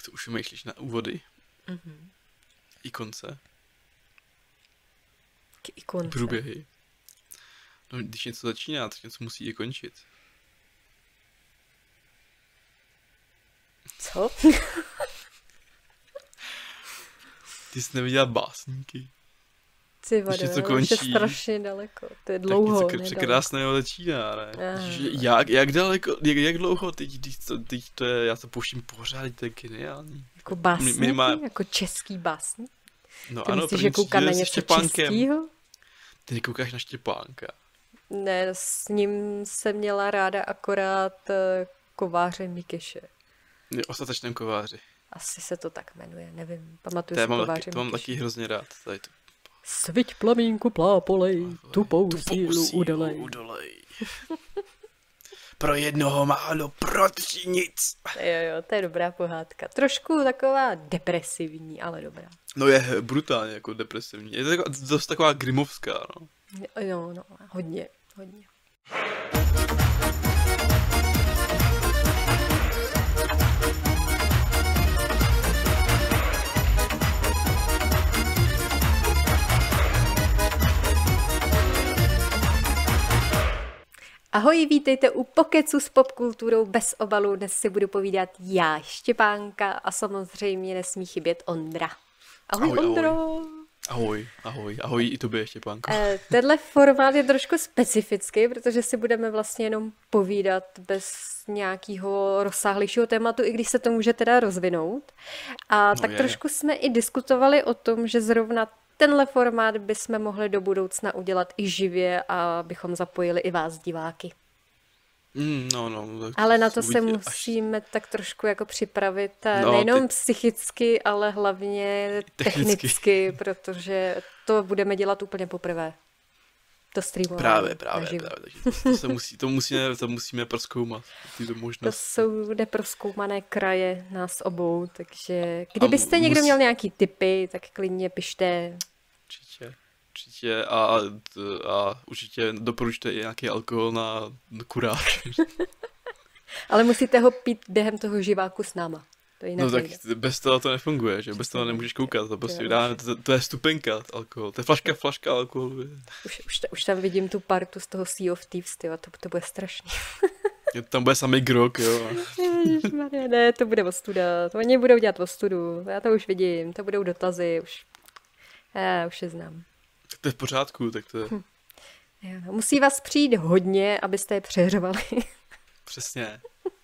Tak to už vymýšlíš na úvody. Mhm. I konce. K ikonce. Průběhy. No, když něco začíná, tak něco musí i končit. Co? Ty jsi neviděla básníky. Ty Když vado, něco už je končí, strašně daleko. To je tak dlouho. něco nedaleko. překrásného začíná, ne? Aha. Jak daleko, jak dlouho, teď to je, já to pouštím pořád, to je geniální. Jako básníky? Minimálně- Jako český básník? No Ty ano, myslíš, že první kouká na díl se něco Štěpánkem. českýho? Ty nekoukáš na Štěpánka. Ne, s ním jsem měla ráda akorát Kováře Mikeše. Je ostatečném kováři. Asi se to tak jmenuje, nevím. Pamatuju To já si mám Kováře to mám Mikeše. taky hrozně rád. Tady to. Sviť plamínku plápolej, tupou sílu udolej. Pro jednoho málo, proti nic. Jo, to je dobrá pohádka. Trošku taková depresivní, ale dobrá. No je brutálně jako depresivní. Je to dost taková grimovská, no. Jo, no, hodně. Ahoj, vítejte u Pokecu s popkulturou bez obalu. Dnes si budu povídat já, Štěpánka, a samozřejmě nesmí chybět Ondra. Ahoj, Ondro. Ahoj i tobě, Štěpánko. Tenhle formát je trošku specifický, protože si budeme vlastně jenom povídat bez nějakého rozsáhlejšího tématu, i když se to může teda rozvinout. A tak trošku jsme i diskutovali o tom, že zrovna tenhle formát bychom mohli do budoucna udělat i živě a bychom zapojili i vás, diváky. Ale na to se musíme tak trošku jako připravit, nejenom psychicky, ale hlavně technicky, protože to budeme dělat úplně poprvé. To streamování. Právě. To musíme prozkoumat. To jsou neprozkoumané kraje nás obou, takže kdybyste někdo měl nějaký tipy, tak klidně pište. Určitě a určitě doporučte i nějaký alkohol na kuráž. Ale musíte ho pít během toho živáku s náma. To no tak bez toho to nefunguje, že? Bez toho nemůžeš koukat. To prostě dáme, to je stupenka alkohol. To je flaška alkoholu. Už tam vidím tu partu z toho Sea of Thieves, to bude strašný. Tam bude samý grog, jo. Ježišmarja, ne, to bude ostuda. To oni budou dělat ostudu. Já to už vidím. To budou dotazy. Já už je znám. Tak to je v pořádku, tak to je. Musí vás přijít hodně, abyste je přehřevali. Přesně.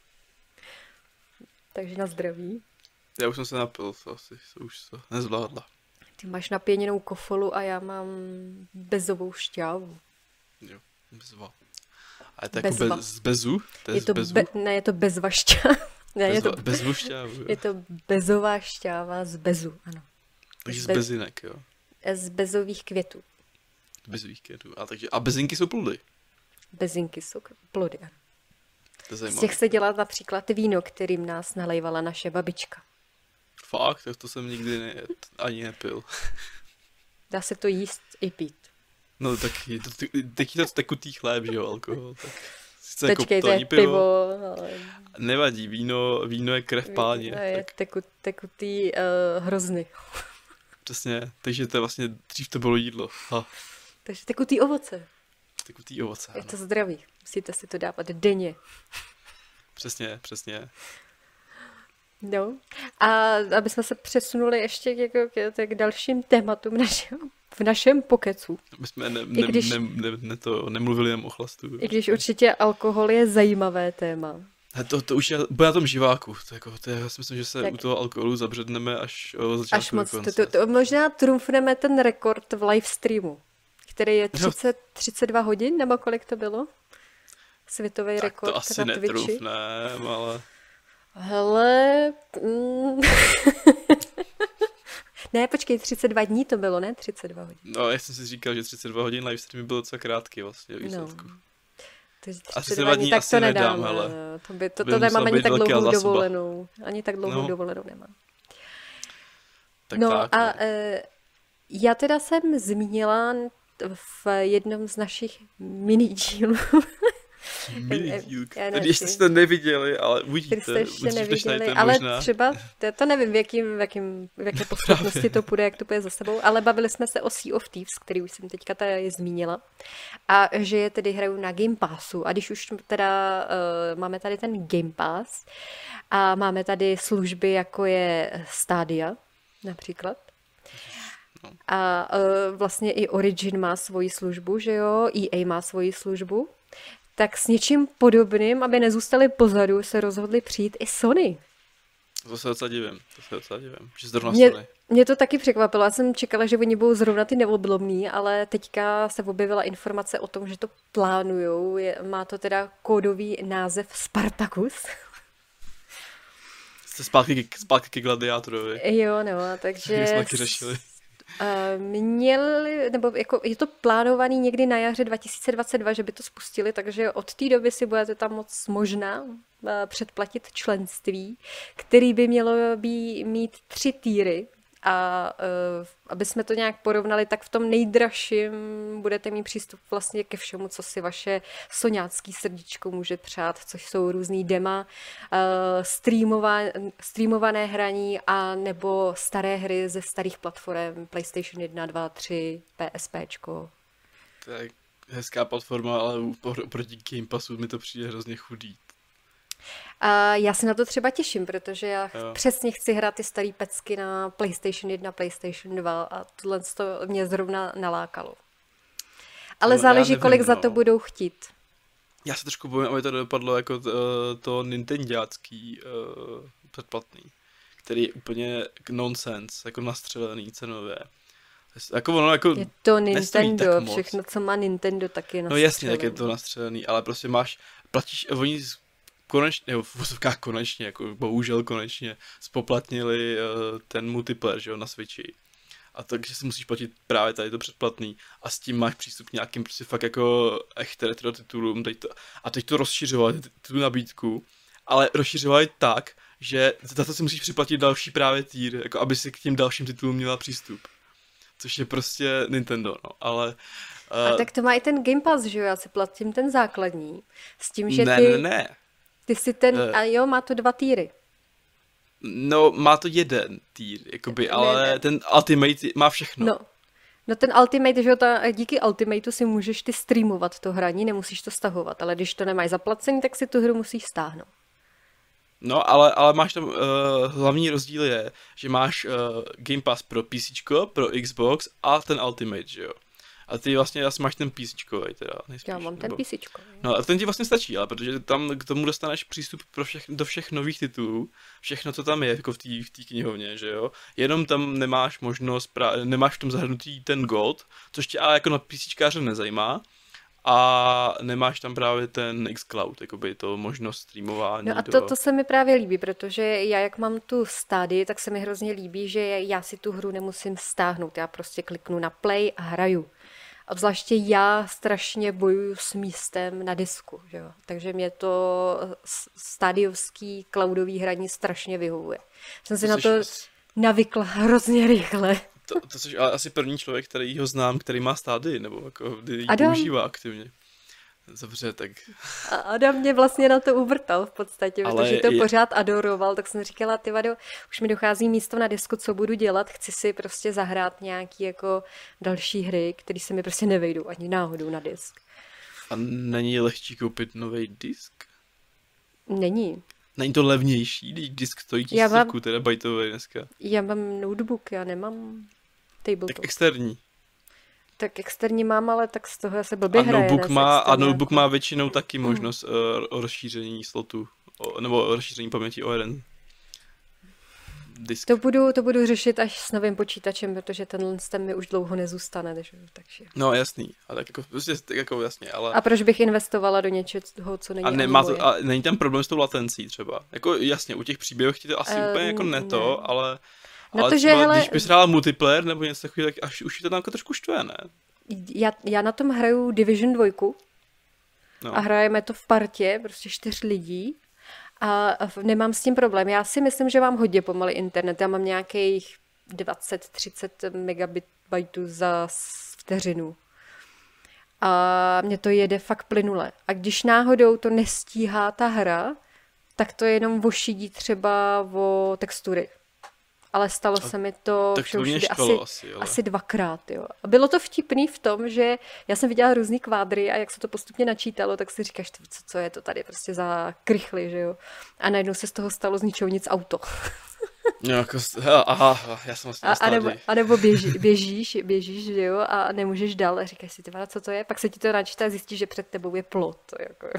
Takže na zdraví. Já už jsem se napil, to už to nezvládla. Ty máš napěněnou kofolu a já mám bezovou šťávu. Jo, bezva. A je to jako z bezu? To je z bezu? Ne, je to bezva šťáva. Bezvu šťávu, jo. Je to bezová šťáva z bezu, ano. Takže z bezinek, jo. Z bezových květů. Bezových květů. A bezinky jsou plody. Bezinky jsou plody, ano. Z těch se dělá například víno, kterým nás nalejvala naše babička. Fakt? Tak to jsem nikdy ani nepil. Dá se to jíst i pít. No tak je to tekutý chléb, že jo, alkohol. Tak počkej, to je pivo. Ale... Nevadí, víno je krev páně. Je tekutý hrozny. Přesně, takže to je vlastně, dřív to bylo jídlo. Takže tekutý ovoce. Tekutý ovoce, je to zdravý, musíte si to dávat denně. Přesně. No, a aby jsme se přesunuli ještě k dalším tématům v našem pokecu. My jsme nemluvili jen o chlastu. I když určitě alkohol je zajímavé téma. To už bude na tom živáku. Já si myslím, že se u toho alkoholu zabředneme až od začátku až moc. Do konce. To možná trumfneme ten rekord v live streamu, který je 32 hodin, nebo kolik to bylo? Světový rekord to asi na Twitchi. netrumfnem, ale... Hele... Ne, počkej, 32 dní to bylo, ne? 32 hodin. No, já jsem si říkal, že 32 hodin live streamy bylo docela krátký vlastně o výsledku. Asi 32 dní tak to nedám, hele. To nemám ani tak dlouhou dovolenou. Ani tak dlouhou dovolenou nemám. Já teda jsem zmínila v jednom z našich minidílů, Minidílka. Když jste to neviděli, ale uvidíte. Jste ještě neviděli, ale možná. Třeba, to nevím, v jaké postupnosti to půjde, jak to půjde za sebou, ale bavili jsme se o Sea of Thieves, který už jsem teďka tady zmínila, a že je tedy hraju na Game Passu. A když už teda máme tady ten Game Pass a máme tady služby, jako je Stadia například, a vlastně i Origin má svoji službu, že jo, EA má svoji službu, tak s něčím podobným, aby nezůstali pozadu, se rozhodli přijít i Sony. To se docela divím, že zrovna Sony. Mě to taky překvapilo, já jsem čekala, že oni budou zrovna ty neoblomný, ale teďka se objevila informace o tom, že to plánujou, má to teda kódový název Spartacus. Jste zpátky ke gladiátorovi. Jo, no, takže... jsme taky řešili. Nebo jako je to plánovaný někdy na jaře 2022, že by to spustili, takže od té doby si budete tam moc možná předplatit členství, který by mělo mít 3 týry. A aby jsme to nějak porovnali, tak v tom nejdražším budete mít přístup vlastně ke všemu, co si vaše soňácký srdíčko může přát, což jsou různý dema, streamované hraní a nebo staré hry ze starých platform PlayStation 1, 2, 3, PSPčko. To je hezká platforma, ale proti Game Passu mi to přijde hrozně chudý. A já se na to třeba těším, protože já přesně chci hrát ty starý pecky na PlayStation 1, PlayStation 2 a tohle to mě zrovna nalákalo. Ale záleží, kolik za to budou chtít. Já se trošku bojím, aby to dopadlo jako to nintendácký předplatný, který je úplně nonsense, jako nastřelený cenově. Jako ono jako je to Nintendo, všechno, co má Nintendo, tak je nastřelený. No jasně, tak je to nastřelený, ale prostě platíš, oni konečně, nebo v vozovkách konečně, jako bohužel konečně spoplatnili ten multiplayer, že jo, na Switchi. A takže si musíš platit právě tady to předplatný a s tím máš přístup k nějakým prostě fakt jako echt retro titulům. A teď to rozšiřovali, tu nabídku, ale rozšiřovali tak, že za to si musíš připlatit další právě tier, jako aby si k těm dalším titulům měla přístup. Což je prostě Nintendo, no, ale... A tak to má i ten Game Pass, že jo, já si platím ten základní. S tím, že Ne. Ty si ten, a jo, má to 2 týry. No, má to 1 týr, jakoby, ale ten Ultimate má všechno. No ten Ultimate, že jo, díky Ultimateu si můžeš ty streamovat to hraní, nemusíš to stahovat, ale když to nemáš zaplacený, tak si tu hru musíš stáhnout. No, ale máš tam, hlavní rozdíl je, že máš Game Pass pro PC, pro Xbox a ten Ultimate, že jo. A ty vlastně asi máš ten PCčkovej teda, nejspíš. Já mám ten PCčkovej. No a ten ti vlastně stačí, ale protože tam k tomu dostaneš přístup do všech nových titulů, všechno, co tam je, jako v té knihovně, že jo. Jenom tam nemáš možnost, nemáš v tom zahrnutý ten Gold, což tě ale jako na PCčkáře nezajímá. A nemáš tam právě ten xCloud, jakoby to možnost streamování. No a to se mi právě líbí, protože já jak mám tu Stadii, tak se mi hrozně líbí, že já si tu hru nemusím stáhnout. Já prostě kliknu na play a hraju. A zvláště já strašně bojuju s místem na disku, že jo? Takže mě to stadiovský cloudový hraní strašně vyhovuje. Jsem si na to navykla hrozně rychle. To jsi asi první člověk, který ho znám, který má Stadii, nebo jako ji používá aktivně. Dobře, tak... A Adam mě vlastně na to uvrtal v podstatě, protože to pořád adoroval, tak jsem říkala, ty vado, už mi dochází místo na disku, co budu dělat, chci si prostě zahrát nějaký jako další hry, které se mi prostě nevejdou ani náhodou na disk. A není lehčí koupit nový disk? Není. Není to levnější, když disk stojí 1000 teda bajtový dneska? Já mám notebook, já nemám tabletop. Tak externí. Tak externí mám, ale tak z toho se blbě hraje. Notebook má většinou taky možnost rozšíření slotu, nebo rozšíření paměti o jeden disk. To budu řešit až s novým počítačem, protože tenhle mi už dlouho nezůstane. Takže... No jasný, a tak jako, prostě, tak jako jasně, ale... A proč bych investovala do něčeho, co není a není tam problém s tou latencí třeba? Jako jasně, u těch příběhů ti to asi úplně jako neto, ale... Ale to, třeba, když bys hrála multiplayer nebo něco takového, tak už je to tam trošku štve, ne? Já na tom hraju Division 2 a hrajeme to v partě, prostě 4 lidí a nemám s tím problém. Já si myslím, že mám hodně pomalý internet. Já mám nějakých 20-30 megabitů za vteřinu. a mě to jede fakt plynule. A když náhodou to nestíhá ta hra, tak to jenom ošidí třeba o textury. Ale stalo se mi to Tak to mě všude štvalo asi, ale... asi 2krát, jo. A bylo to vtipný v tom, že já jsem viděla různý kvádry a jak se to postupně načítalo, tak si říkáš, co je to tady prostě za krychly, že jo. A najednou se z toho stalo z ničeho nic auto. No, jako, aha, já jsem vlastně a nebo běžíš, že jo, a nemůžeš dál a říkáš si, tyva, co to je? Pak se ti to načítá a zjistíš, že před tebou je plot. Jako.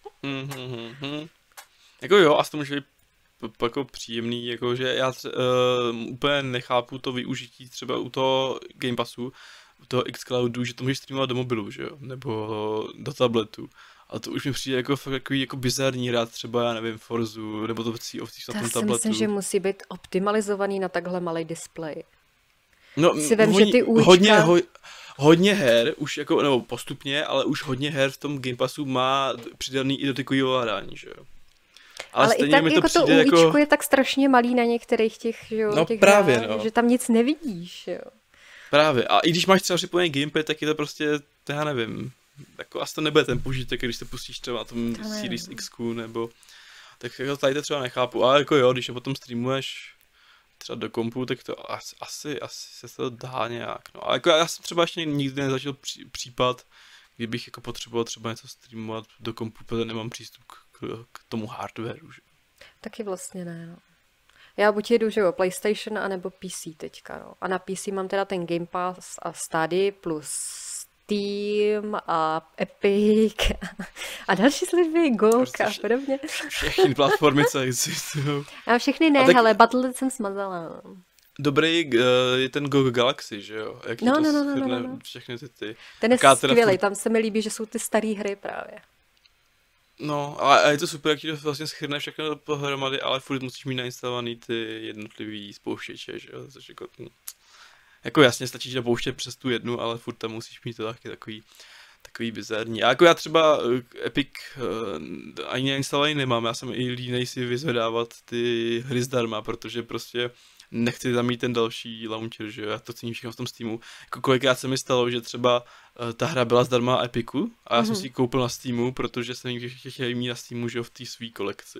Jako jo, a to může být jako příjemný, jakože já úplně nechápu to využití třeba u toho Game Passu, u toho xCloudu, že to můžeš streamovat do mobilu, že jo, nebo do tabletu. A to už mi přijde jako fakt takový jako bizarní hrát třeba, já nevím, Forzu, nebo to Sea of Thieves na tom tabletu. Já si myslím, že musí být optimalizovaný na takhle malý displej. No, si vem, že ty hodně her, už jako, nebo postupně, ale už hodně her v tom Game Passu má přidaný i dotykový ovládání, že jo. Ale i tak jako to UIčko je tak strašně malý na některých těch, že jo, no, těch právě, hrách, že tam nic nevidíš, jo. Právě, a i když máš třeba připojený gamepad, tak je to prostě, já nevím, jako asi to nebude ten požitek, když to pustíš třeba na tom Series X, nebo, tak jako tady to třeba nechápu, ale jako jo, když je potom streamuješ třeba do kompu, tak to asi se to dá nějak, no, ale jako já jsem třeba ještě nikdy nezačal případ, kdybych jako potřeboval třeba něco streamovat do kompu, protože nemám přístup k tomu hardwareu, že? Taky vlastně ne, no. Já buď jedu, že jo, PlayStation anebo PC teďka, no. A na PC mám teda ten Game Pass a Stadia plus Steam a Epic a další služby, GOG a podobně. Všechny platformy, co existují. A všechny ne, hele, Battle.net jsem smazala, no. Dobrý je ten GOG Galaxy, že jo? Jak No. Všechny ty. Ten je skvělý, tam se mi líbí, že jsou ty staré hry právě. No, a je to super, jak ti to vlastně schrne všechno pohromady, ale furt musíš mít nainstalovaný ty jednotlivý spouštěče, že jo? Což jako jasně stačí dopouštět přes tu jednu, ale furt tam musíš mít to taky takový bizarní. A jako já třeba Epic ani nainstalovaný nemám, já jsem i línej si vyzvedávat ty hry zdarma, protože prostě nechci tam mít ten další launcher, že jo, já to cením všechno v tom Steamu. Jako kolikrát se mi stalo, že třeba ta hra byla zdarma na Epiku a já jsem si ji koupil na Steamu, protože jsem ji chtěl mít na Steamu, že jo, v té svý kolekci.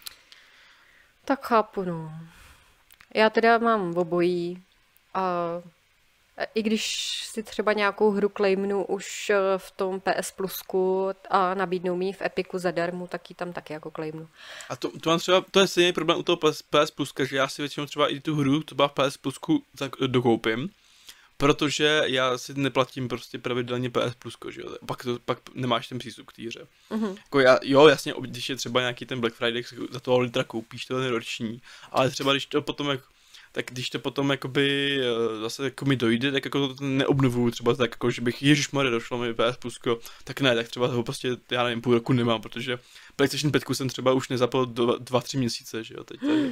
Tak chápu, no. Já teda mám obojí a i když si třeba nějakou hru claimnu už v tom PS Plusku a nabídnou mi v Epiku zadarmo, tak ji tam taky jako claimnu. A to mám třeba, to je stejný problém u toho PS Pluska, že já si většinou třeba i tu hru, to byla v PS Plusku, tak dokoupím, protože já si neplatím prostě pravidelně PS Plusko, že jo, pak nemáš ten přístup k té hře. Jako jo, jasně, když je třeba nějaký ten Black Friday, za toho litra koupíš to ten roční, ale třeba když to potom tak když to potom jakoby zase jako mi dojde, tak jako to neobnovuju třeba tak jako, že bych ježišmarja došlo mi PS Plusko, tak ne, tak třeba toho prostě, já nevím, půl roku nemám, protože PlayStation 5 jsem třeba už nezapal 2-3 měsíce, že jo, teď tady.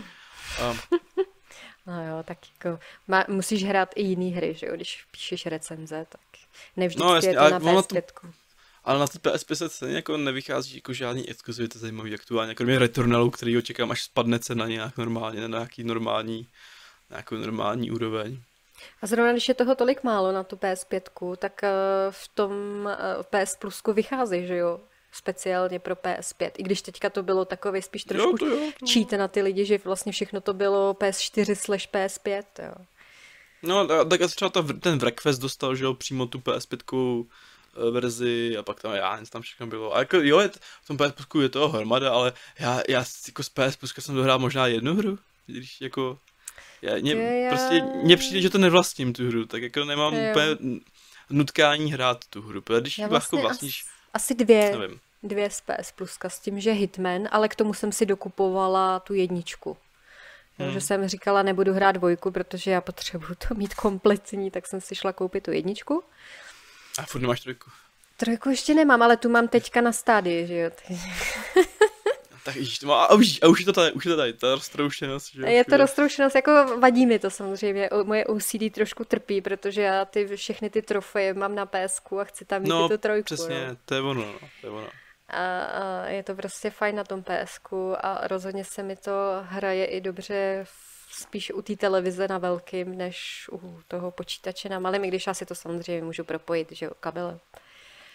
No jo, tak jako musíš hrát i jiný hry, že jo, když píšeš recenze, tak nevždycky je to na PS5. Ale na té PS5 stejně jako nevychází jako žádný exkluzivity zajímavý aktuálně, kromě Returnalu, kterýho čekám, až spadne cena nějak normálně, na nějaký normální úroveň. A zrovna když je toho tolik málo na tu PS5, tak v tom PS Plusku vychází, že jo? Speciálně pro PS5. I když teďka to bylo takové spíš trošku cheat na ty lidi, že vlastně všechno to bylo PS4/PS5, jo. No, tak třeba ten Wreckfest dostal, že jo, přímo tu PS5 verzi a pak tam nic tam všechno bylo. A jako jo, v tom PS Plusku je toho hromada, ale já jako z PS Pluska jsem dohrál možná jednu hru, když jako mně přijde, že to nevlastním tu hru, tak jako nemám úplně nutkání hrát tu hru, protože když vlastně vlastníš... Asi dvě z PS Pluska s tím, že Hitman, ale k tomu jsem si dokupovala tu jedničku. Že jsem říkala, nebudu hrát dvojku, protože já potřebuju to mít kompletní, tak jsem si šla koupit tu jedničku. A furt nemáš trojku? Trojku ještě nemám, ale tu mám teďka na stádii, že jo. Tak a už je to tady, ta roztroušenost. Že je to roztroušenost, jako vadí mi to samozřejmě. Moje OCD trošku trpí, protože já všechny ty trofeje mám na PSku a chci tam mít tu trojku. Přesně, to je ono. A je to prostě fajn na tom PSku a rozhodně se mi to hraje i dobře spíš u té televize na velkým, než u toho počítače na malém, i když já si to samozřejmě můžu propojit, že jo, kabelem.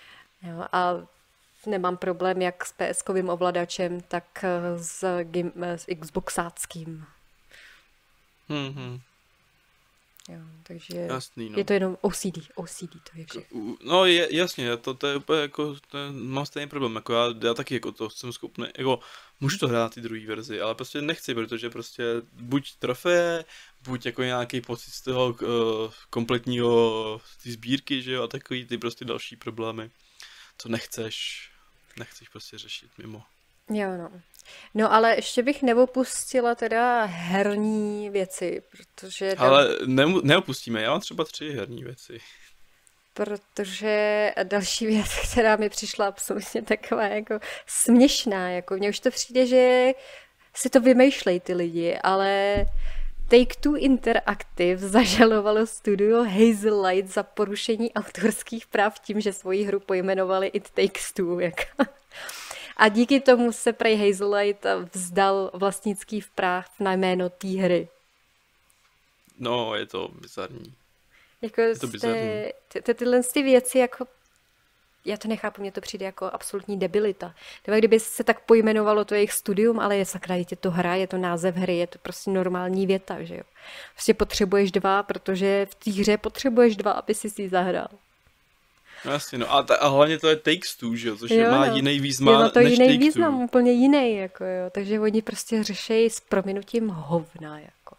Jo, a nemám problém jak s PS-kovým ovladačem, tak s Xboxáckým. Hmm. Jo, takže Jasný, no. je to jenom OCD to je všechno. No jasně, to je úplně jako, mám stejný problém, jako já taky jako to jsem schopný, jako můžu to hrát ty druhé verzi, ale prostě nechci, protože prostě buď trofeje, buď jako nějaký pocit z toho kompletního, ty sbírky, že jo, a takový ty prostě další problémy, co nechceš prostě řešit mimo. Jo, no. No ale ještě bych neopustila teda herní věci, protože... Ale neopustíme, já mám třeba 3 herní věci. Protože další věc, která mi přišla absolutně taková jako směšná, jako mně už to přijde, že si to vymýšlej ty lidi, ale Take-Two Interactive zažalovalo studio Hazelight za porušení autorských práv tím, že svoji hru pojmenovali It Takes Two. Jako. A díky tomu se prej Hazelight vzdal vlastnický práv na jméno té hry. No, je to bizarní. Jako Je to bizarní. tyhle ty věci, jako já to nechápu, mně to přijde jako absolutní debilita. Třeba kdyby se tak pojmenovalo to jejich studium, ale je sakra, je to hra, je to název hry, je to prostě normální věta, že jo. Prostě potřebuješ 2, protože v té hře potřebuješ 2, aby si ji zahrál. No jasně, no a hlavně to je Takes Two, že jo, což má jiný význam než to než jiný Take význam, Two. úplně jiný, jako jo. Takže oni prostě řešejí s prominutím hovna, jako.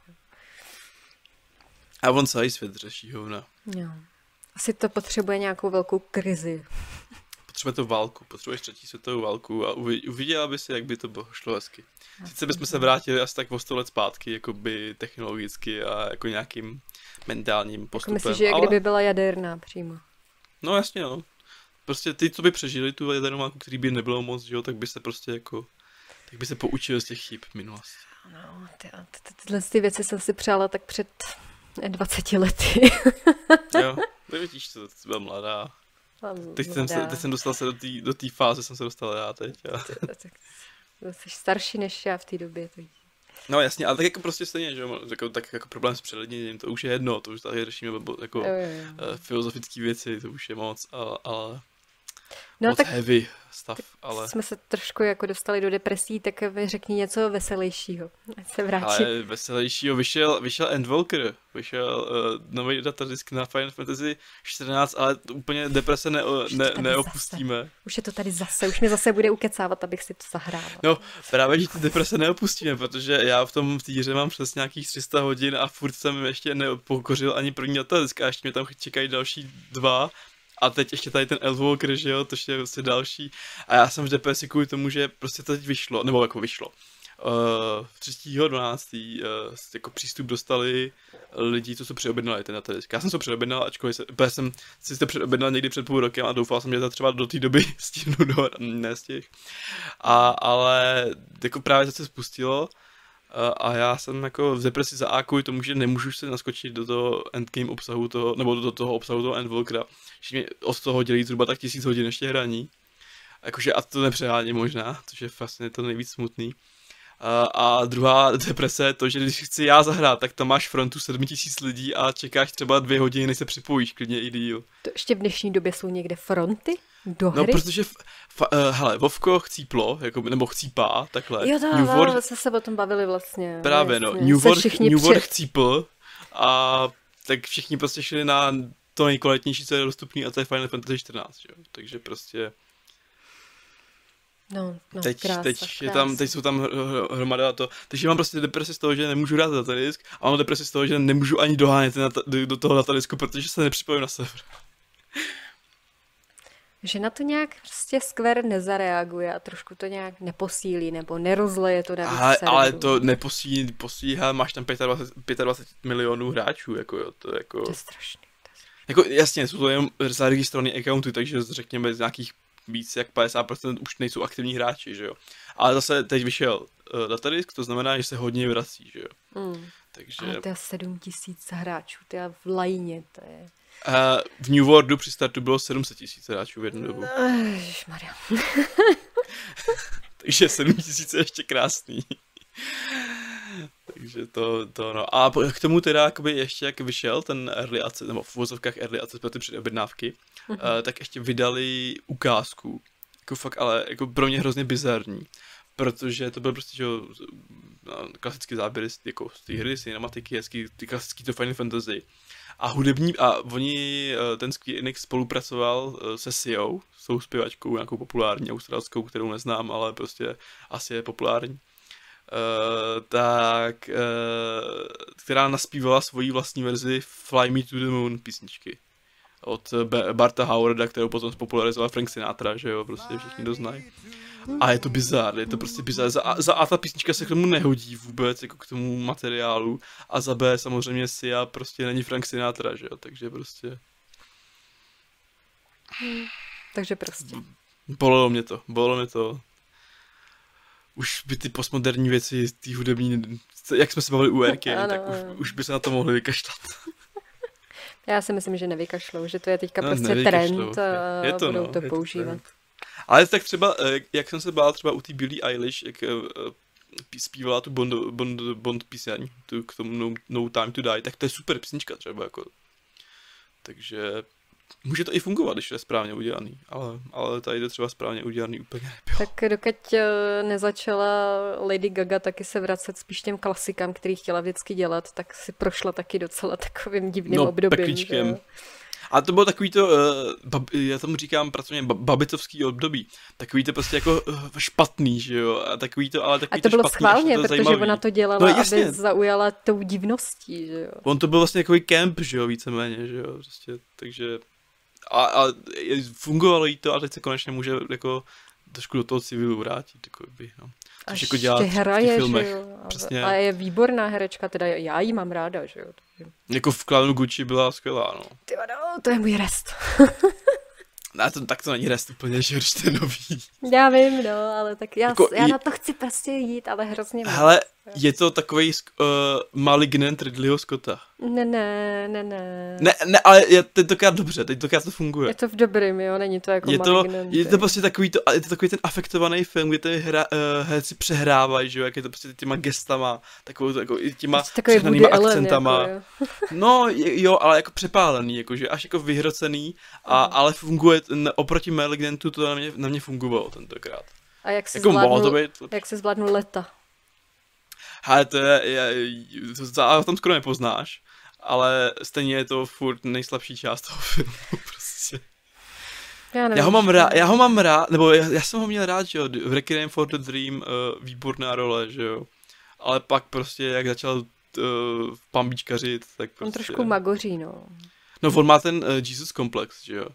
A on celý svět řeší hovna. Jo. Asi to potřebuje nějakou velkou krizi. Potřebuje to válku, potřebuješ 3. světovou válku a uviděla by si, jak by to bylo šlo hezky. Sice bychom se vrátili asi tak o 100 let zpátky, jako by technologicky a jako nějakým mentálním postupem. Jako myslíš, že kdyby byla jaderná přímo? No jasně, no. Prostě ty, co by přežili tu jadernou válku, který by nebylo moc, že jo, tak by se prostě jako, tak by se poučili z těch chyb minulosti. No, tyhle věci jsem si přála tak před 20 lety. Jo, to vidíš, to byla mladá. Teď jsem dostal se do té fáze, jsem se dostal já teď. Jsi starší než já v té době. To... No jasně, ale tak jako prostě stejně, že tak jako problém s přelidněním, to už je jedno, to už tady řešíme jako filozofické věci, to už je moc, ale no, moc tak heavy stav, ale... jsme se trošku jako dostali do depresí, tak mi řekni něco veselějšího, ať se vrátí. Ale veselějšího, vyšel Endwalker, vyšel nový datadisk na Final Fantasy 14, ale úplně deprese neopustíme. Zase. Už je to tady zase, už mi zase bude ukecávat, abych si to zahrála. No, právě, že ty deprese neopustíme, protože já v té hře mám přes nějakých 300 hodin a furt jsem ještě nepokořil ani první datadisk a ještě mě tam čekají další 2. A teď ještě tady ten Endwalker, že jo, to je prostě další. A já jsem v depresi kvůli tomu, že prostě to teď vyšlo, nebo jako vyšlo. 3.12. Jako přístup dostali lidi, co se předobjednali ten datadisk. Já jsem se předobjednal, ačkoliv jsem si to předobjednal někdy před půl rokem a doufal jsem, že to třeba do té doby stihnu nestihl. Ale jako právě se spustilo a já jsem jako v depresi za A kvůli tomu, že nemůžu se naskočit do toho endgame obsahu toho, nebo do toho obsahu toho Endwalkera, že mě od toho dělí zhruba tak 1000 hodin ještě hraní. Jakože a to nepřeháním možná, což je vlastně to nejvíc smutný. A druhá deprese je to, že když chci já zahrát, tak tam máš frontu 7000 lidí a čekáš třeba 2 hodiny, než se připojíš, klidně i díl. To ještě v dnešní době jsou někde fronty do hry? No, protože, hele, Vovko chcíplo, jako, nebo chcípá, takhle. Jo, to se o tom bavili vlastně. Právě, no, New World chcípl a tak všichni prostě šli na to nejkvalitnější, co je dostupný, a to je Final Fantasy 14, jo. Takže prostě... No, teď jsou tam hromada to. Takže mám prostě depresi z toho, že nemůžu hrát datadisk a mám depresi z toho, že nemůžu ani dohánět do toho datadisku, protože se nepřipojím na server. Že na to nějak prostě Square nezareaguje a trošku to nějak neposílí nebo nerozleje to na víc serverů. Ale to neposílí, máš tam 25 milionů hráčů, jako jo, to jako... To je strašný. Jako jasně, jsou to jenom zaregistrované accounty, takže řekněme z nějakých víc jak 50% už nejsou aktivní hráči, že jo. Ale zase teď vyšel datadisk, to znamená, že se hodně vrací, že jo. Takže... Ale to je 7000 hráčů, to je v lajně, to je... v New Worldu při startu bylo 700 000 hráčů v jednu dobu. Ježišmarja. Takže 7000 je ještě krásný. Takže to no. A k tomu teda jakoby ještě jak vyšel ten early access, nebo v uvozovkách early access pro ty předobjednávky, tak ještě vydali ukázku. Jako fakt, ale jako pro mě hrozně bizarní. Protože to byl prostě, že klasický záběry jako z té hry, cinematiky, hezký, ty klasický to Final Fantasy. A hudební, a oni, ten Square Enix spolupracoval se Siou, s tou zpěvačkou nějakou populární australskou, kterou neznám, ale prostě asi je populární. Která naspívala svoji vlastní verzi Fly Me to the Moon písničky. Od Barta Howarda, kterou potom spopularizoval Frank Sinatra, že jo, prostě všichni to znají. A je to bizár, je to prostě bizár. Za A ta písnička se k tomu nehodí vůbec, jako k tomu materiálu. A za B samozřejmě Sia prostě není Frank Sinatra, že jo, takže prostě... Takže prostě. Bolelo mě to. Už by ty postmoderní věci, ty hudební, jak jsme se bavili u RK, tak už by se na to mohli vykašlat. Já si myslím, že nevykašlou, že to je teďka prostě trend a je to, budou to používat. Trend. Ale tak třeba, jak jsem se bál třeba u té Billie Eilish, jak zpívala tu Bond píseň, k tomu No Time to Die, tak to je super písnička třeba, jako. Takže může to i fungovat, když je správně udělaný, ale tady to třeba správně udělaný úplně nebylo. Tak dokud nezačala Lady Gaga taky se vracet spíš těm klasikám, který chtěla vždycky dělat, tak si prošla taky docela takovým divným obdobím. Pekličkem. A to bylo takový to, já tomu říkám pracovně babicovský období, takový to prostě jako špatný, že jo, a takový to, ale takový to bylo špatný, schválně, to protože zajímavý. Ona to dělala, no, aby zaujala tou divností, že jo. On to byl vlastně takový kemp, že jo, víceméně, že jo, prostě, takže a fungovalo jí to a teď se konečně může jako trošku do toho civilu vrátit, jako by, no. Což jako dělat hraje, v těch filmech. Že jo? Přesně. A je výborná herečka, teda já jí mám ráda, že jo. Jako v Clownu Gucci byla skvělá, no. Ty no, to je můj rest. Ne, tak to není rest úplně, že to je nový. Já vím, no, ale tak já na to chci prostě jít, ale hrozně moc. Hele, je to takovej Malignant Ridleyho Scotta. Ne, ale tentokrát dobře, tentokrát to funguje. Je to v dobrým, jo, není to jako Malignant. Je to prostě takový ten afektovaný film, kde ty herci přehrávají, že jo, jak je to prostě těma gestama, takovou těma přehnanýma akcentama. Jako, no, jo, ale jako přepálený, jakože až jako vyhrocený, ale funguje, oproti Malignantu to na mě fungovalo tentokrát. A jak se jako zvládnul Leta? Ale to to tam skoro nepoznáš, ale stejně je to furt nejslabší část toho filmu, prostě. Já ho mám rád, nebo já jsem ho měl rád, že jo, v Requiem for the Dream výborná role, že jo, ale pak prostě, jak začal pambíčkařit, tak prostě... On trošku magoří, no. No, on má ten Jesus komplex, že jo.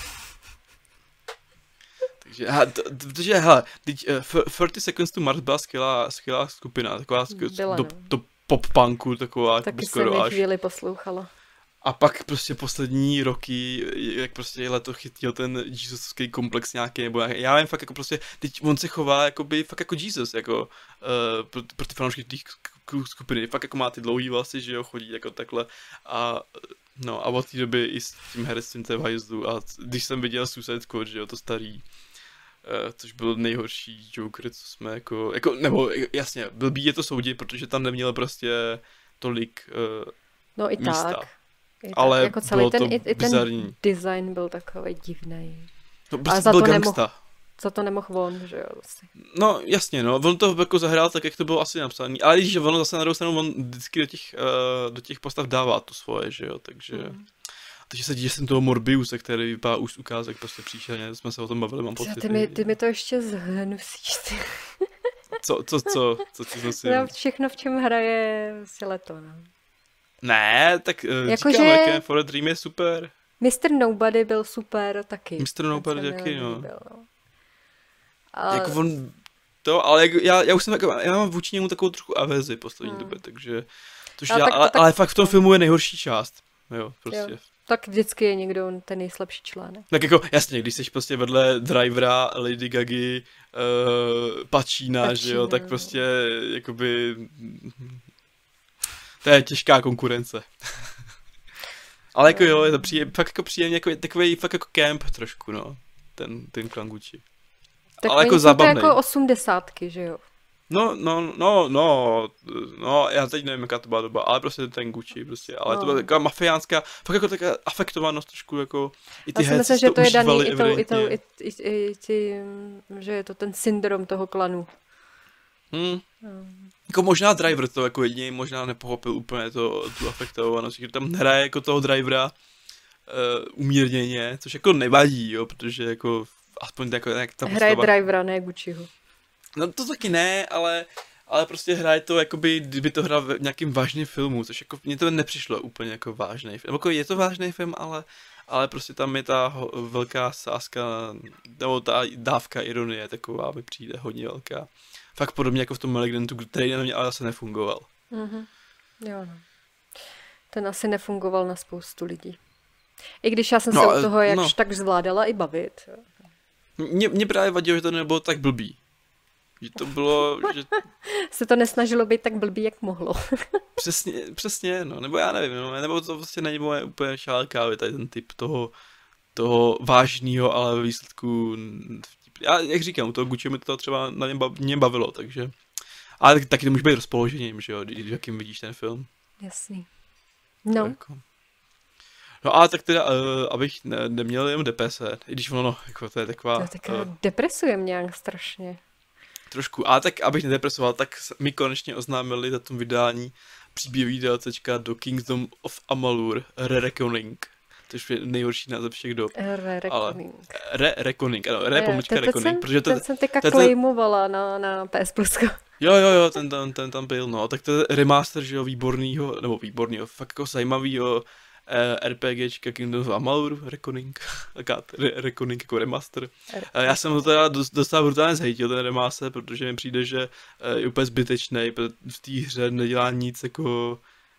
Protože, hele, 30 Seconds to Mars byla skvělá skupina, taková do pop-punku, taková taky skoro jsem až. chvíli poslouchala. A pak prostě poslední roky, jak prostě leto chytil ten Jesusovský komplex nějaký, nebo já vím, fakt jako prostě, teď on se chová jakoby, fakt jako Jesus, jako pro ty fanoušky těch skupiny, fakt jako má ty dlouhý vlasy, že jo, chodí jako takhle a no a od té doby i s tím herectvím té v hajzlu a když jsem viděl Suicide Squad, že jo, to starý, což byl nejhorší Joker, co jsme jako nebo jasně, blbý je to soudit, protože tam neměl prostě tolik no i místa. Tak. Ale jako celý ten bizarní. Design byl takový divný. No prostě byl gangsta. Za to nemohl on, že jo? Vlastně. No jasně, no, on to jako zahrál tak, jak to bylo asi napsaný, ale když ono zase na druhou stranu, on vždycky do těch postav dává to svoje, že jo, takže... Takže se díže jsem toho Morbiuse, který vypadá už z ukázek prostě příšerně, jsme se o tom bavili, mám pocit. Ty mi to ještě zhnusíš, ty. Co ti zhnusím? No, všechno, v čem hraje si Leto, no. Ne, tak jako říkám, Requiem for a Dream je super. Mr. Nobody byl super taky. Mr. Nobody taky, no. Byl, no. A... Jako on to, ale já už jsem jako, já mám vůči němu takovou trochu averzi poslední době, takže... Ale fakt v tom filmu je nejhorší část, jo, prostě. Jo. Tak vždycky je někdo ten nejslabší článek. Tak jako, jasně, když jsi prostě vedle Drivera, Lady Gagi, Pacina, že jo, tak prostě, jakoby, to je těžká konkurence. Ale jako jo, je to fakt jako příjemně, jako, takový fakt jako camp trošku, no, ten Clan Gucci. Tak ale jako zábavnej. To jako 80, že jo? No, já teď nevím, jaká to byla doba, ale prostě ten Gucci, prostě, ale to byla taková mafiánská, fakt jako taková afektovanost trošku, jako i ty Já si herci myslím, že to to je daný užívali i evidentně. že je to ten syndrom toho klanu. Jako možná Driver to jako jediný možná nepochopil úplně tu afektovanost, že tam hraje jako toho drivera umírněně, což jako nevadí, jo, protože jako aspoň jako, jak ta Hraje postava. drivera, ne Gucciho. No to taky ne, ale prostě hraje to, jakoby, kdyby to hrál v nějakým vážným filmu, což jako mně to nepřišlo úplně jako vážný film. Jako je to vážný film, ale prostě tam je ta velká sázka, nebo ta dávka ironie taková mi přijde hodně velká. Fakt podobně jako v tom Malignantu, který na mě ale zase nefungoval. Jo, no. Ten asi nefungoval na spoustu lidí. I když já jsem se u toho jakž tak zvládala i bavit. Mě právě vadilo, že to nebylo tak blbý. Že to bylo, že... Se to nesnažilo být tak blbý, jak mohlo. Přesně, no, nebo já nevím, no, nebo to vlastně není moje úplně šálka kávy, tady ten typ toho vážného, ale ve výsledku, já, jak říkám, u toho Gucci mi to třeba na mě bavilo, takže, ale taky to může být rozpoložením, že jo, jakým vidíš ten film. Jasný. No. Jako. No a tak teda, abych neměl jen deprese, i když ono, jako to je taková... To depresuje mě nějak strašně. Trošku, a tak abych nedepresoval, tak mi konečně oznámili za tom vydání příběhový DLCčka do Kingdom of Amalur Re-Reckoning. To je nejhorší název všech dob. Re-Reckoning. Re-Reckoning, ano, Re-Reckoning. Ten jsem teďka claimovala na PS Plus. Jo, ten tam byl, no. Tak to je remaster, že jo, výbornýho, fakt jako zajímavýho RPGčka Kingdom of Amalur, Reckoning, Reckoning jako remaster. Já jsem ho teda dostal brutálně zhejtil, ten remaster, protože mi přijde, že je úplně zbytečný, v té hře nedělá nic jako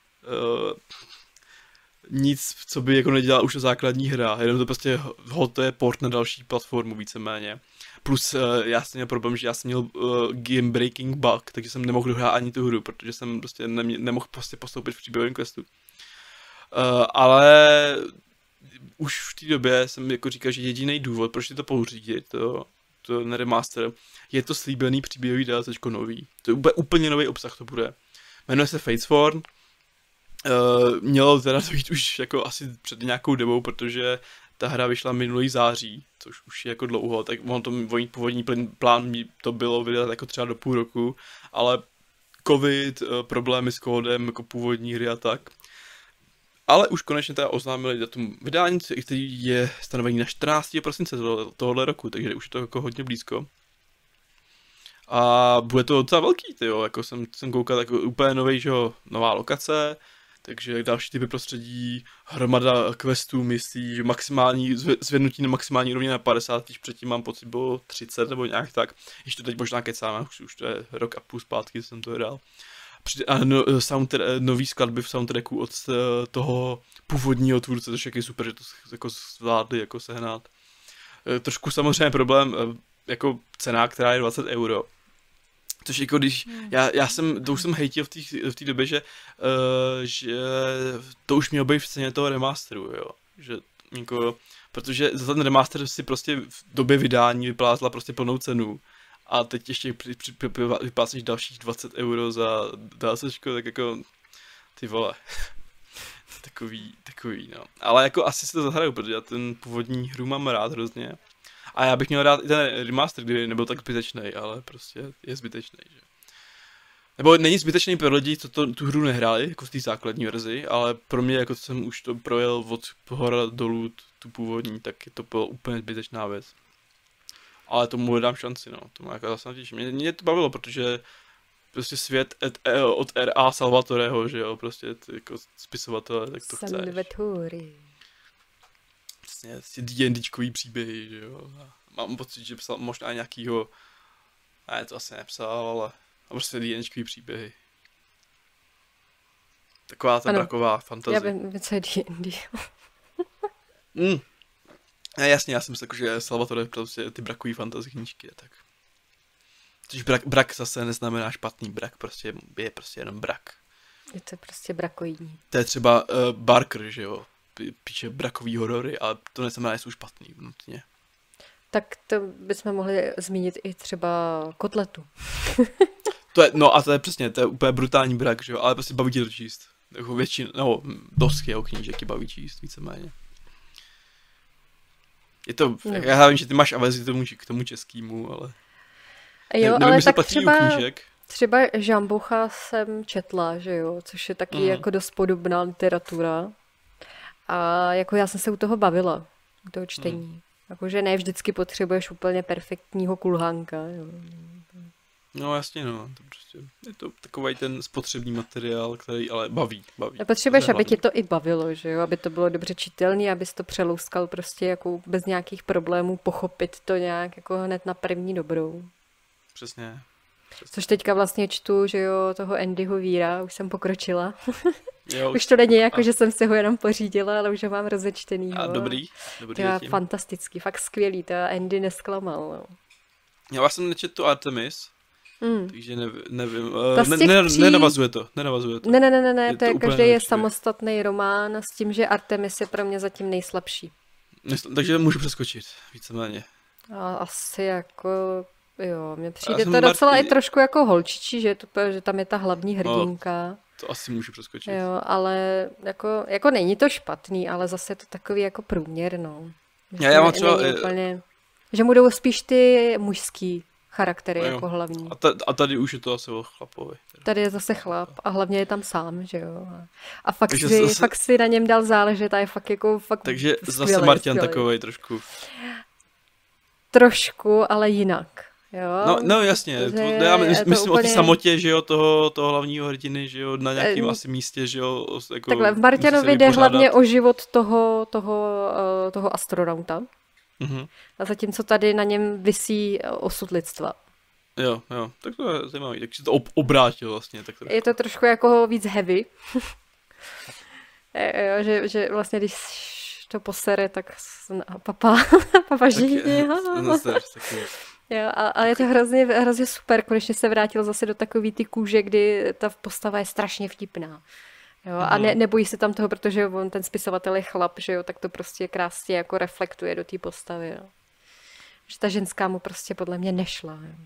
nic, co by jako nedělala už základní hra, jenom to prostě to je port na další platformu víceméně. Plus já jsem měl problém, že já jsem měl game breaking bug, takže jsem nemohl dohrát ani tu hru, protože jsem prostě nemohl prostě postoupit v příběhovém questu. Ale už v té době jsem jako říkal, že jediný důvod, proč je to pořídit, to remaster, je to slíbený příběhový DLCčko nový. To je úplně nový obsah to bude. Jmenuje se Fatesworn. Mělo teda to jít už jako asi před nějakou dobou, protože ta hra vyšla minulý září, což už je jako dlouho, tak původní plán to bylo vydat jako třeba do půl roku, ale covid, problémy s kódem, jako původní hry a tak. Ale už konečně teda oznámili datum vydání, který je stanovený na 14. prosince tohohle roku, takže už je to jako hodně blízko. A bude to docela velký, tyjo, jako jsem koukal, jako úplně nová lokace, takže další typy prostředí, hromada questů, misí, že maximální, zvednutí na maximální úrovni na 50, když předtím mám pocit bylo 30 nebo nějak tak, ještě to teď možná kecám, už to je rok a půl zpátky, jsem to hrál. A nový skladby v soundtracku od toho původního tvůrce, což je super, že to jako zvládli jako sehnat. Trošku samozřejmě problém, jako cena, která je 20 €. Což jako když, to už jsem hejtil v té době, že to už mělo být v ceně toho remasteru, jo. Že jako, protože za ten remaster si prostě v době vydání vyplázla prostě plnou cenu. A teď ještě vyplácíš dalších 20 € za DLCčko, tak jako ty vole. takový, no. Ale jako asi si to zahraju, protože já ten původní hru mám rád hrozně. A já bych měl rád i ten remaster, kdyby nebyl tak zbytečný, ale prostě je zbytečný, že. Nebo není zbytečný pro lidi, co tu hru nehráli, jako v té základní verzi, ale pro mě, jako jsem už to projel od hora dolů tu původní, tak to byla úplně zbytečná věc. Ale tomu dám šanci, no, tomu jako zase natěším. Mě to bavilo, protože prostě svět od R.A. Salvatoreho, že jo, prostě jako spisovatele, tak to chceš. Salvatore. Vlastně D&Dčkový příběhy, že jo. A mám pocit, že psal možná nějakýho, ne, to asi nepsal, ale prostě D&Dčkový příběhy. Taková ta braková fantazie. Já vím, co je D&D. Jasně, já jsem myslel, že Salvatore prostě ty brakový fantasy knížky a tak. Což brak zase neznamená špatný brak, prostě je prostě jenom brak. Je to prostě brakoidní. To je třeba Barker, že jo, píše brakový horory, ale to neznamená, že jsou špatný nutně. Tak to bychom mohli zmínit i třeba Kotletu. To je, no a to je přesně, to je úplně brutální brak, že jo, ale prostě baví tě to číst. Jako většina, no, dosky jeho knížek je baví číst, víceméně. Je to, No. já vím, že ty máš averzi k tomu českýmu, ale... Jo, nevím, ale jestli tak platí třeba, u knížek. třeba Žambucha jsem četla, že jo, což je taky jako dost podobná literatura. A jako já jsem se u toho bavila, u toho čtení. Jakože ne vždycky potřebuješ úplně perfektního kulhánka. Jo. No jasně, no, to prostě, je to takový ten spotřební materiál, který ale baví. Potřebuješ, aby tě to i bavilo, že jo, aby to bylo dobře čitelný, abys to přelouskal prostě jako bez nějakých problémů, pochopit to nějak jako hned na první dobrou. Přesně. Což teďka vlastně čtu, že jo, toho Andyho Weira, už jsem pokročila. Jo, Už to není jako, že jsem si ho jenom pořídila, ale už ho mám rozečtený. A dobrý To je zatím. fantastický, fakt skvělý, to Andy nesklamal. No. Já jsem nečetl tu Artemis, takže nevím, Ta nenavazuje to. Ne, to je úplně každý je nejlepší. samostatný román s tím, že Artemis je pro mě zatím nejslabší. Takže můžu přeskočit, víceméně. A asi jako, jo, mně Já přijde jsem to docela Martin- i trošku jako holčičí, že tam je ta hlavní hrdinka. To asi můžu přeskočit. Jo, ale jako není to špatný, ale zase je to takový jako průměr, no. Já mám třeba... Není úplně, že mu jdou spíš ty mužský charaktery No jo. jako hlavní. A tady už je to asi o chlapovi. Tady je zase chlap a hlavně je tam sám, že jo. A Takže zase- fakt si na něm dal záležet a je fakt jako fakt Takže zase skvělej, Marťan skvělej. takovej trošku. Trošku, ale jinak. Jo? No jasně, Že já je to myslím o té úplně- samotě, že jo, toho hlavního hrdiny, že jo, na nějakým Eh, asi místě, že jo, jako Takhle, v musí Marťanovi se jde vypořádat. hlavně o život toho astronauta. Mhm. A zatímco tady na něm visí osud lidstva. Jo, tak to je zajímavý, takže to obrátil vlastně, tak trošku. Je to trošku jako víc heavy. Jo, že vlastně když to posere, tak papa žije. Jo, a je to hrozně super, konečně se vrátil zase do takový ty kůže, kdy ta postava je strašně vtipná. Jo, a nebojí se tam toho, protože on ten spisovatel je chlap, že jo, tak to prostě krásně jako reflektuje do té postavy. Jo. Že ta ženská mu prostě podle mě nešla. Jo.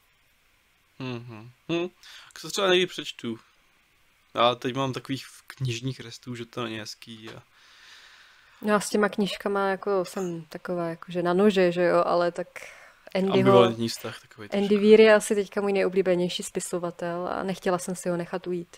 Tak se třeba někdy přečtu. Já teď mám takových knižních restů, že to není hezký. No a s těma knížkama jako jsem taková jakože na nože, že jo, ale tak Ambivalentní vztah takový. Andy Weir je asi teďka můj nejoblíbenější spisovatel a nechtěla jsem si ho nechat ujít.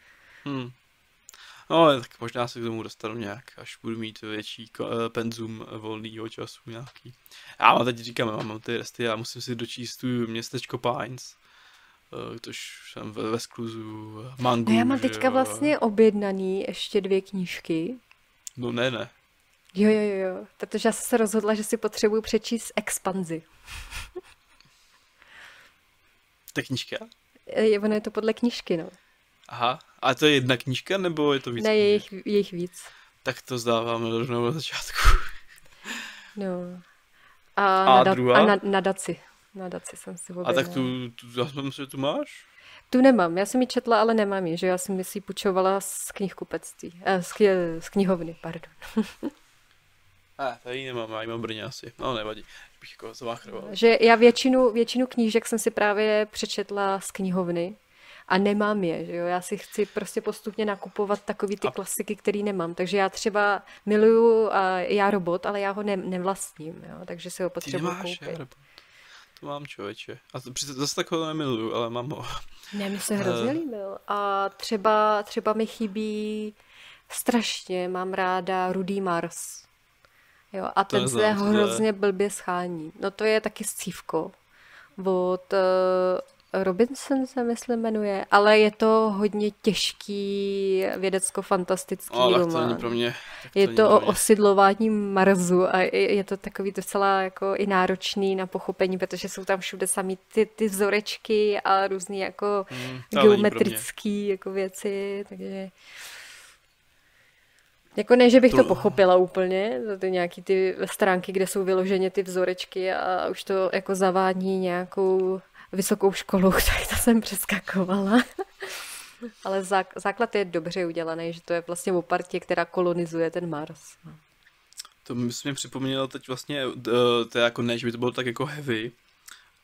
No, tak možná se k tomu dostanu nějak, až budu mít větší penzum volného času nějaký. Já teď říkám, mám ty resty, já musím si dočíst tu městečko Pines, tož jsem ve skluzu mangu. No já mám teďka vlastně objednaný ještě 2 knížky. No ne. Jo, protože já jsem se rozhodla, že si potřebuji přečíst Expanzi. Ta knížka? Ono je to podle knížky, no. Aha, a to je jedna knížka, nebo je to víc? Ne, je jich víc. Tak to zdávám rovnou na začátku. No. druhá? A na Daci. Na Daci jsem si objednala. A tak tu já myslím, že tu máš? Tu nemám, já jsem ji četla, ale nemám ji, že já jsem si ji půjčovala z knihkupectví, z knihovny, pardon. Tady ji nemám, já ji mám v Brně asi, no nevadí, bych jako zaváchroval. Že já většinu knížek jsem si právě přečetla z knihovny a nemám je, že jo, já si chci prostě postupně nakupovat takový ty klasiky, který nemám, takže já třeba miluju Já robot, ale já ho nevlastním, jo, takže si ho potřebuji koupit. Já robot. To mám, člověče. A zase tak ho nemiluju, ale mám ho. Ne, mi se hrozně líbil. A třeba mi chybí strašně, mám ráda Rudý Mars. Jo, a ten se hrozně blbě schání. No to je taky scívko. Od Robinson se myslím jmenuje, ale je to hodně těžký vědecko-fantastický román. To není pro mě. Je to o osidlování Marsu a je to takový docela jako i náročný na pochopení, protože jsou tam všude samý ty vzorečky a různý jako geometrický jako věci, takže jako ne, že bych to pochopila úplně, to nějaký ty stránky, kde jsou vyloženě ty vzorečky a už to jako zavání nějakou vysokou školou, tak to jsem přeskakovala. Ale základ je dobře udělaný, že to je vlastně o partě, která kolonizuje ten Mars. To mi připomnělo teď vlastně, to je jako ne, že by to bylo tak jako heavy,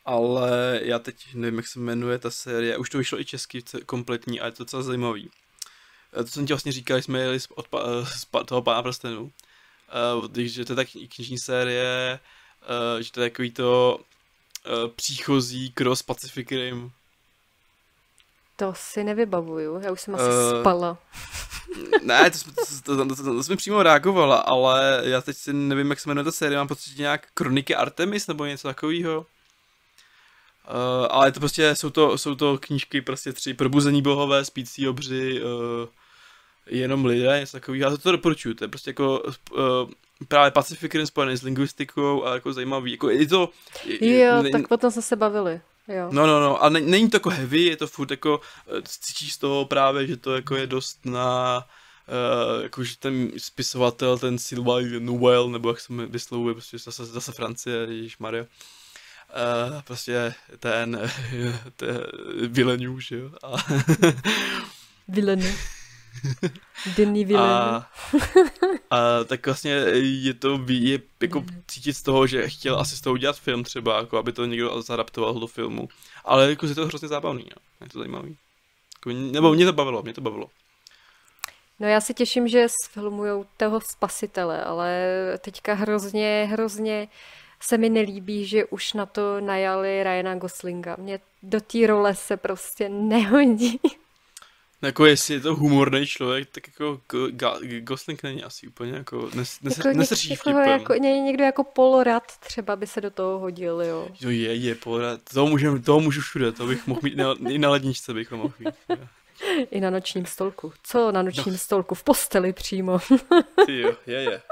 ale já teď nevím, jak se jmenuje ta série, už to vyšlo i česky kompletní a je to docela zajímavý. To jsem ti vlastně říkal, když jsme jeli z toho Pána prstenů, že to je tak knižní série, že to je takový to příchozí Cross Pacific Rim. To si nevybavuju, já už jsem asi spala. Ne, to jsme přímo reagovala, ale já teď si nevím, jak se jmenuje ta série, mám pocit, že nějak Kroniky Artemis nebo něco takového. Ale to prostě jsou to knížky prostě 3 probuzení bohové, spící obři, jenom lidé, něco takového. Já to doporučuju, to je prostě jako právě Pacific Rim spojený s lingvistikou a jako zajímavý. Jako je to... tak potom jsme se bavili. Jo. No, a není to jako heavy, je to furt jako, cítíš z toho právě, že to jako je dost na, jakože ten spisovatel, ten Sylvain Nouvel, nebo jak se mi vyslovuje, prostě zase Francie, ježišmarja. Prostě ten Villeneuve, že jo. Villeneuve. Denis Villeneuve. A tak vlastně je jako cítit z toho, že chtěl asi z toho udělat film třeba, jako aby to někdo zadaptoval do filmu. Ale jako je to hrozně zábavný, jo. Je to zajímavý. Jako, nebo mě to bavilo. No já si těším, že sfilmujou toho Spasitele, ale teďka hrozně se mi nelíbí, že už na to najali Ryana Goslinga. Mě do té role se prostě nehodí. Jako jestli je to humorný člověk, tak jako Gosling není asi úplně jako nesrží vtipem. Jako, někdo jako Paul Rudd třeba by se do toho hodil, jo. Jo, je Paul Rudd. Toho můžu všude, to bych mohl mít i na ledničce bych ho mohl mít. I na nočním stolku. Co na nočním stolku? V posteli přímo. Ty jo, je.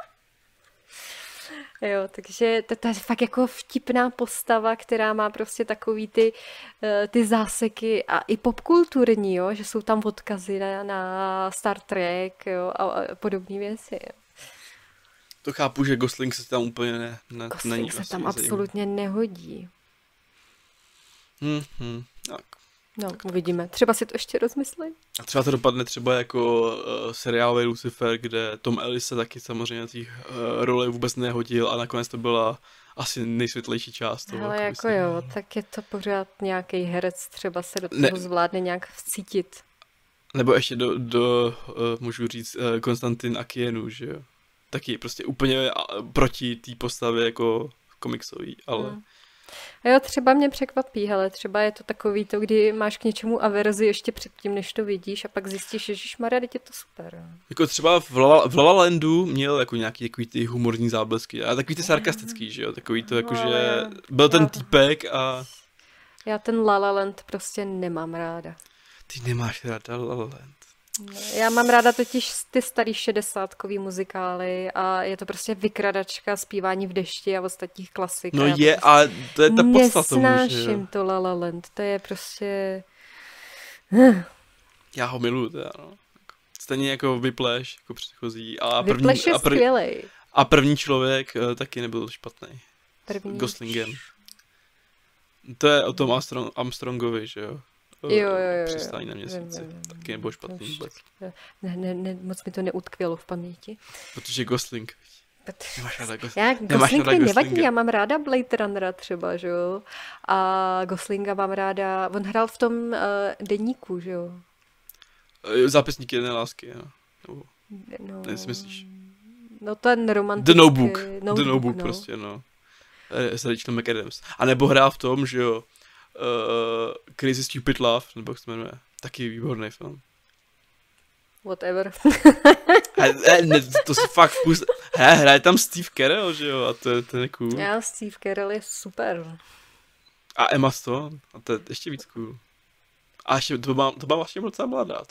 Jo, takže to je fakt jako vtipná postava, která má prostě takový ty záseky a i popkulturní, jo, že jsou tam odkazy na Star Trek, jo, a podobné věci. Jo. To chápu, že Gosling se tam úplně Gosling není. se tam absolutně nehodí. Tak. No, uvidíme. Třeba si to ještě rozmyslím. A třeba to dopadne třeba jako seriálový Lucifer, kde Tom Ellis se taky samozřejmě na té roli vůbec nehodil a nakonec to byla asi nejsvětlejší část toho. Ale jako jo, tak je to pořád nějaký herec, třeba se do toho zvládne nějak vcítit. Nebo ještě můžu říct, Konstantin Akienu, že jo. Taky prostě úplně proti té postavě jako komiksový, ale... A jo, třeba mě překvapí, hele, třeba je to takový to, kdy máš k něčemu averzi ještě předtím, než to vidíš a pak zjistíš, že ježišmarja, teď je to super. Jako třeba v La La Landu měl jako nějaký takový ty humorní záblesky a takový ty sarkastický, že jo, takový to jako, že byl ten týpek a... Já ten La La Land prostě nemám ráda. Ty nemáš ráda La La Land. Já mám ráda totiž ty starý 60kový muzikály a je to prostě vykradačka, zpívání v dešti a ostatních klasik. No je, a to je ta podstata tomu, že nesnáším to La La Land, to je prostě... Já ho miluju teda, no. Stejně jako Whiplash, jako předchozí. A Whiplash je skvělej. A první člověk taky nebyl špatný. S Goslingem. To je o tom Armstrongovi, že jo? Jo. Přistání na měsíci. Taky nebylo špatný vůbec. Ne, moc mi to neutkvělo v paměti. Protože Gosling. Nemáš ráda Gosling mi nevadí, já mám ráda Blade Runnera třeba, že jo. A Goslinga mám ráda, on hrál v tom deníku, že jo. Zápisníky jedné lásky, jo. No, nesmyslíš. No ten romantický. The Notebook prostě, no. S Rachel McAdams. A nebo hrál v tom, že jo, Crazy Stupid Love, nebo jak se jmenuje. Taky výborný film. Whatever. To si fakt hraje tam Steve Carell, že jo, a to je cool. Já, Steve Carell je super. A Emma Stone, a to je ještě víc cool. A ještě, to mám vlastně docela mladá,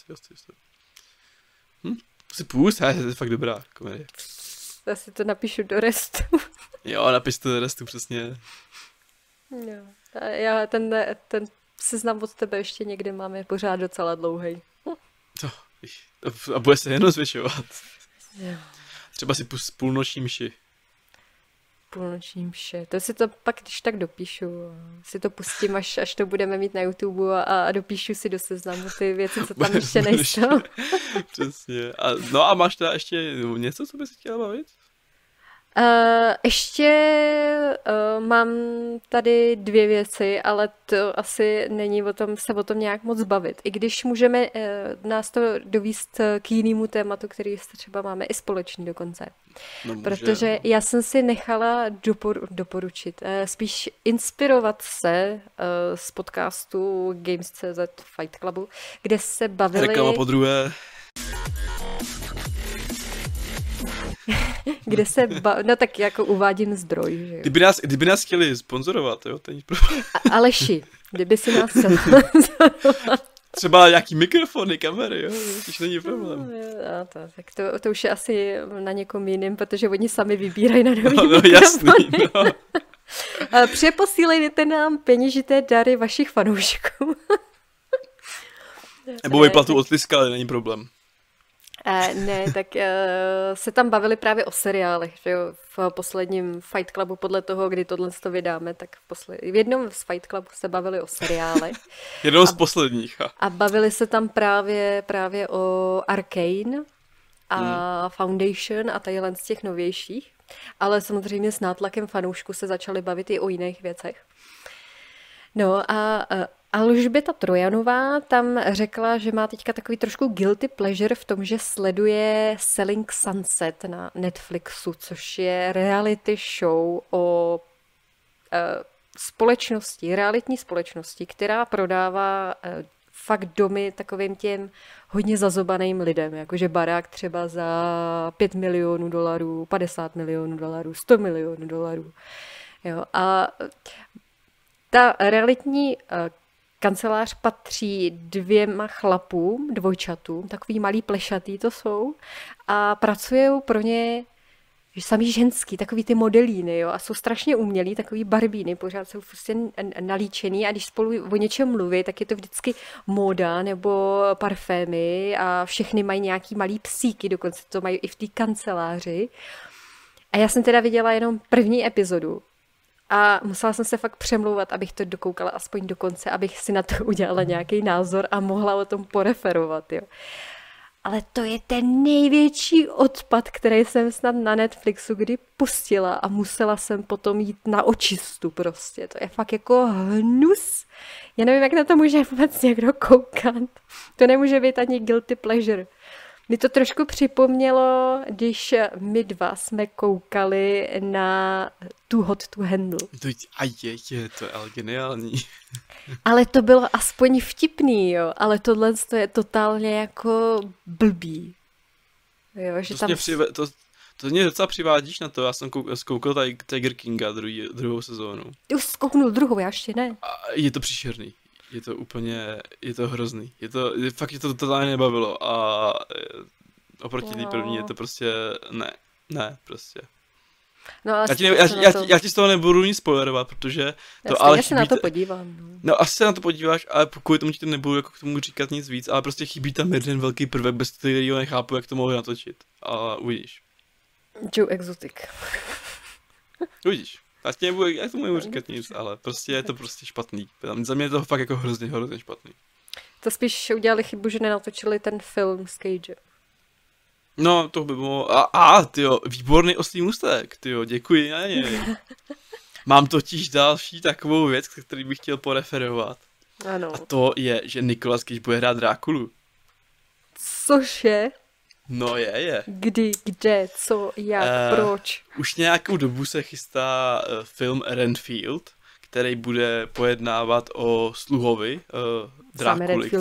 si půjst, to je fakt dobrá komedie. Já si to napíšu do restu. Jo, napiš to do restu, přesně. Jo. Já ten seznam od tebe ještě někde mám, je pořád docela dlouhej. A bude se jenom zvětšovat. Jo. Třeba si půlnoční mši. Půlnoční mše. To si to pak, když tak dopíšu. Si to pustím, až to budeme mít na YouTube a dopíšu si do seznamu ty věci, co tam ještě nejsou. Přesně. A máš teda ještě něco, co bys chtěla bavit? Ještě mám tady 2 věci, ale to asi není se o tom nějak moc bavit. I když můžeme nás to dovíst k jinému tématu, který třeba máme i společný dokonce. No, může. Protože já jsem si nechala doporučit, spíš inspirovat se z podcastu Games.cz Fight Clubu, kde se bavili... Reklama po druhé. Kde se no tak jako uvádím zdroj, že jo. Kdyby nás chtěli sponzorovat, jo, to není problém. Aleši, kdyby si nás chtěl sponzorovat. Třeba nějaký mikrofony, kamery, jo, to není problém. No, tak to už je asi na někom jiném, protože oni sami vybírají na nový no, jasný, no. Přeposílejte nám peněžité dary vašich fanoušků. Nebo vyplatu od Liska, ale není problém. Ne, tak se tam bavili právě o seriálech, že jo, v posledním Fight Clubu, podle toho, kdy tohle to vydáme, tak v jednom z Fight Clubu se bavili o seriálech. Jednou z posledních. A bavili se tam právě o Arcane a Foundation a tadyhle z těch novějších, ale samozřejmě s nátlakem fanoušků se začali bavit i o jiných věcech. No a Alžběta Trojanová tam řekla, že má teďka takový trošku guilty pleasure v tom, že sleduje Selling Sunset na Netflixu, což je reality show o společnosti, realitní společnosti, která prodává fakt domy takovým těm hodně zazobaným lidem, jakože barák třeba za $5 milionů, 50 milionů dolarů, 100 milionů dolarů. Jo, a ta realitní kancelář patří 2 chlapům, dvojčatům, takový malý plešatý to jsou, a pracují pro ně samý ženský, takový ty modelíny, jo, a jsou strašně umělí, takový barbíny, pořád jsou prostě nalíčený a když spolu o něčem mluví, tak je to vždycky móda nebo parfémy a všechny mají nějaký malý psíky, dokonce to mají i v té kanceláři. A já jsem teda viděla jenom první epizodu. A musela jsem se fakt přemlouvat, abych to dokoukala aspoň do konce, abych si na to udělala nějaký názor a mohla o tom poreferovat, jo. Ale to je ten největší odpad, který jsem snad na Netflixu kdy pustila a musela jsem potom jít na očistu prostě. To je fakt jako hnus. Já nevím, jak na to může vůbec někdo koukat. To nemůže být ani guilty pleasure. Mi to trošku připomnělo, když my 2 jsme koukali na Too Hot to Handle. To je ale geniální. Ale to bylo aspoň vtipný, jo. Ale tohle je totálně jako blbý. Jo, že to tam... To mě docela přivádíš na to, já jsem zkoukal Tiger Kinga druhou sezónu. Ty už zkouknul druhou, já ještě ne. A je to příšerný. Je to hrozný. Fakt je to totálně nebavilo a oproti té první je to prostě ne, prostě. No, já ti z toho nebudu nic spoilerovat, protože to ale se na to podívám. No asi se na to podíváš, ale kvůli tomu ti nebudu jako k tomu říkat nic víc, ale prostě chybí tam jeden velký prvek, bez kterého nechápu, jak to mohli natočit. A uvidíš. Joe Exotic. Uvidíš. Já tomu nebudu říkat nic, ale prostě je to prostě špatný. Za mě je to fakt jako hrozně špatný. To spíš udělali chybu, že nenatočili ten film s Cage. No, to by bylo... tyjo, výborný oslý můstek, tyjo, děkuji na něj. Mám totiž další takovou věc, který bych chtěl poreferovat. Ano. A to je, že Nicolas Cage bude hrát Drákulu. Cože? No je. Kdy, kde, co, jak, proč? Už nějakou dobu se chystá film Renfield, který bude pojednávat o sluhovi Drákuly,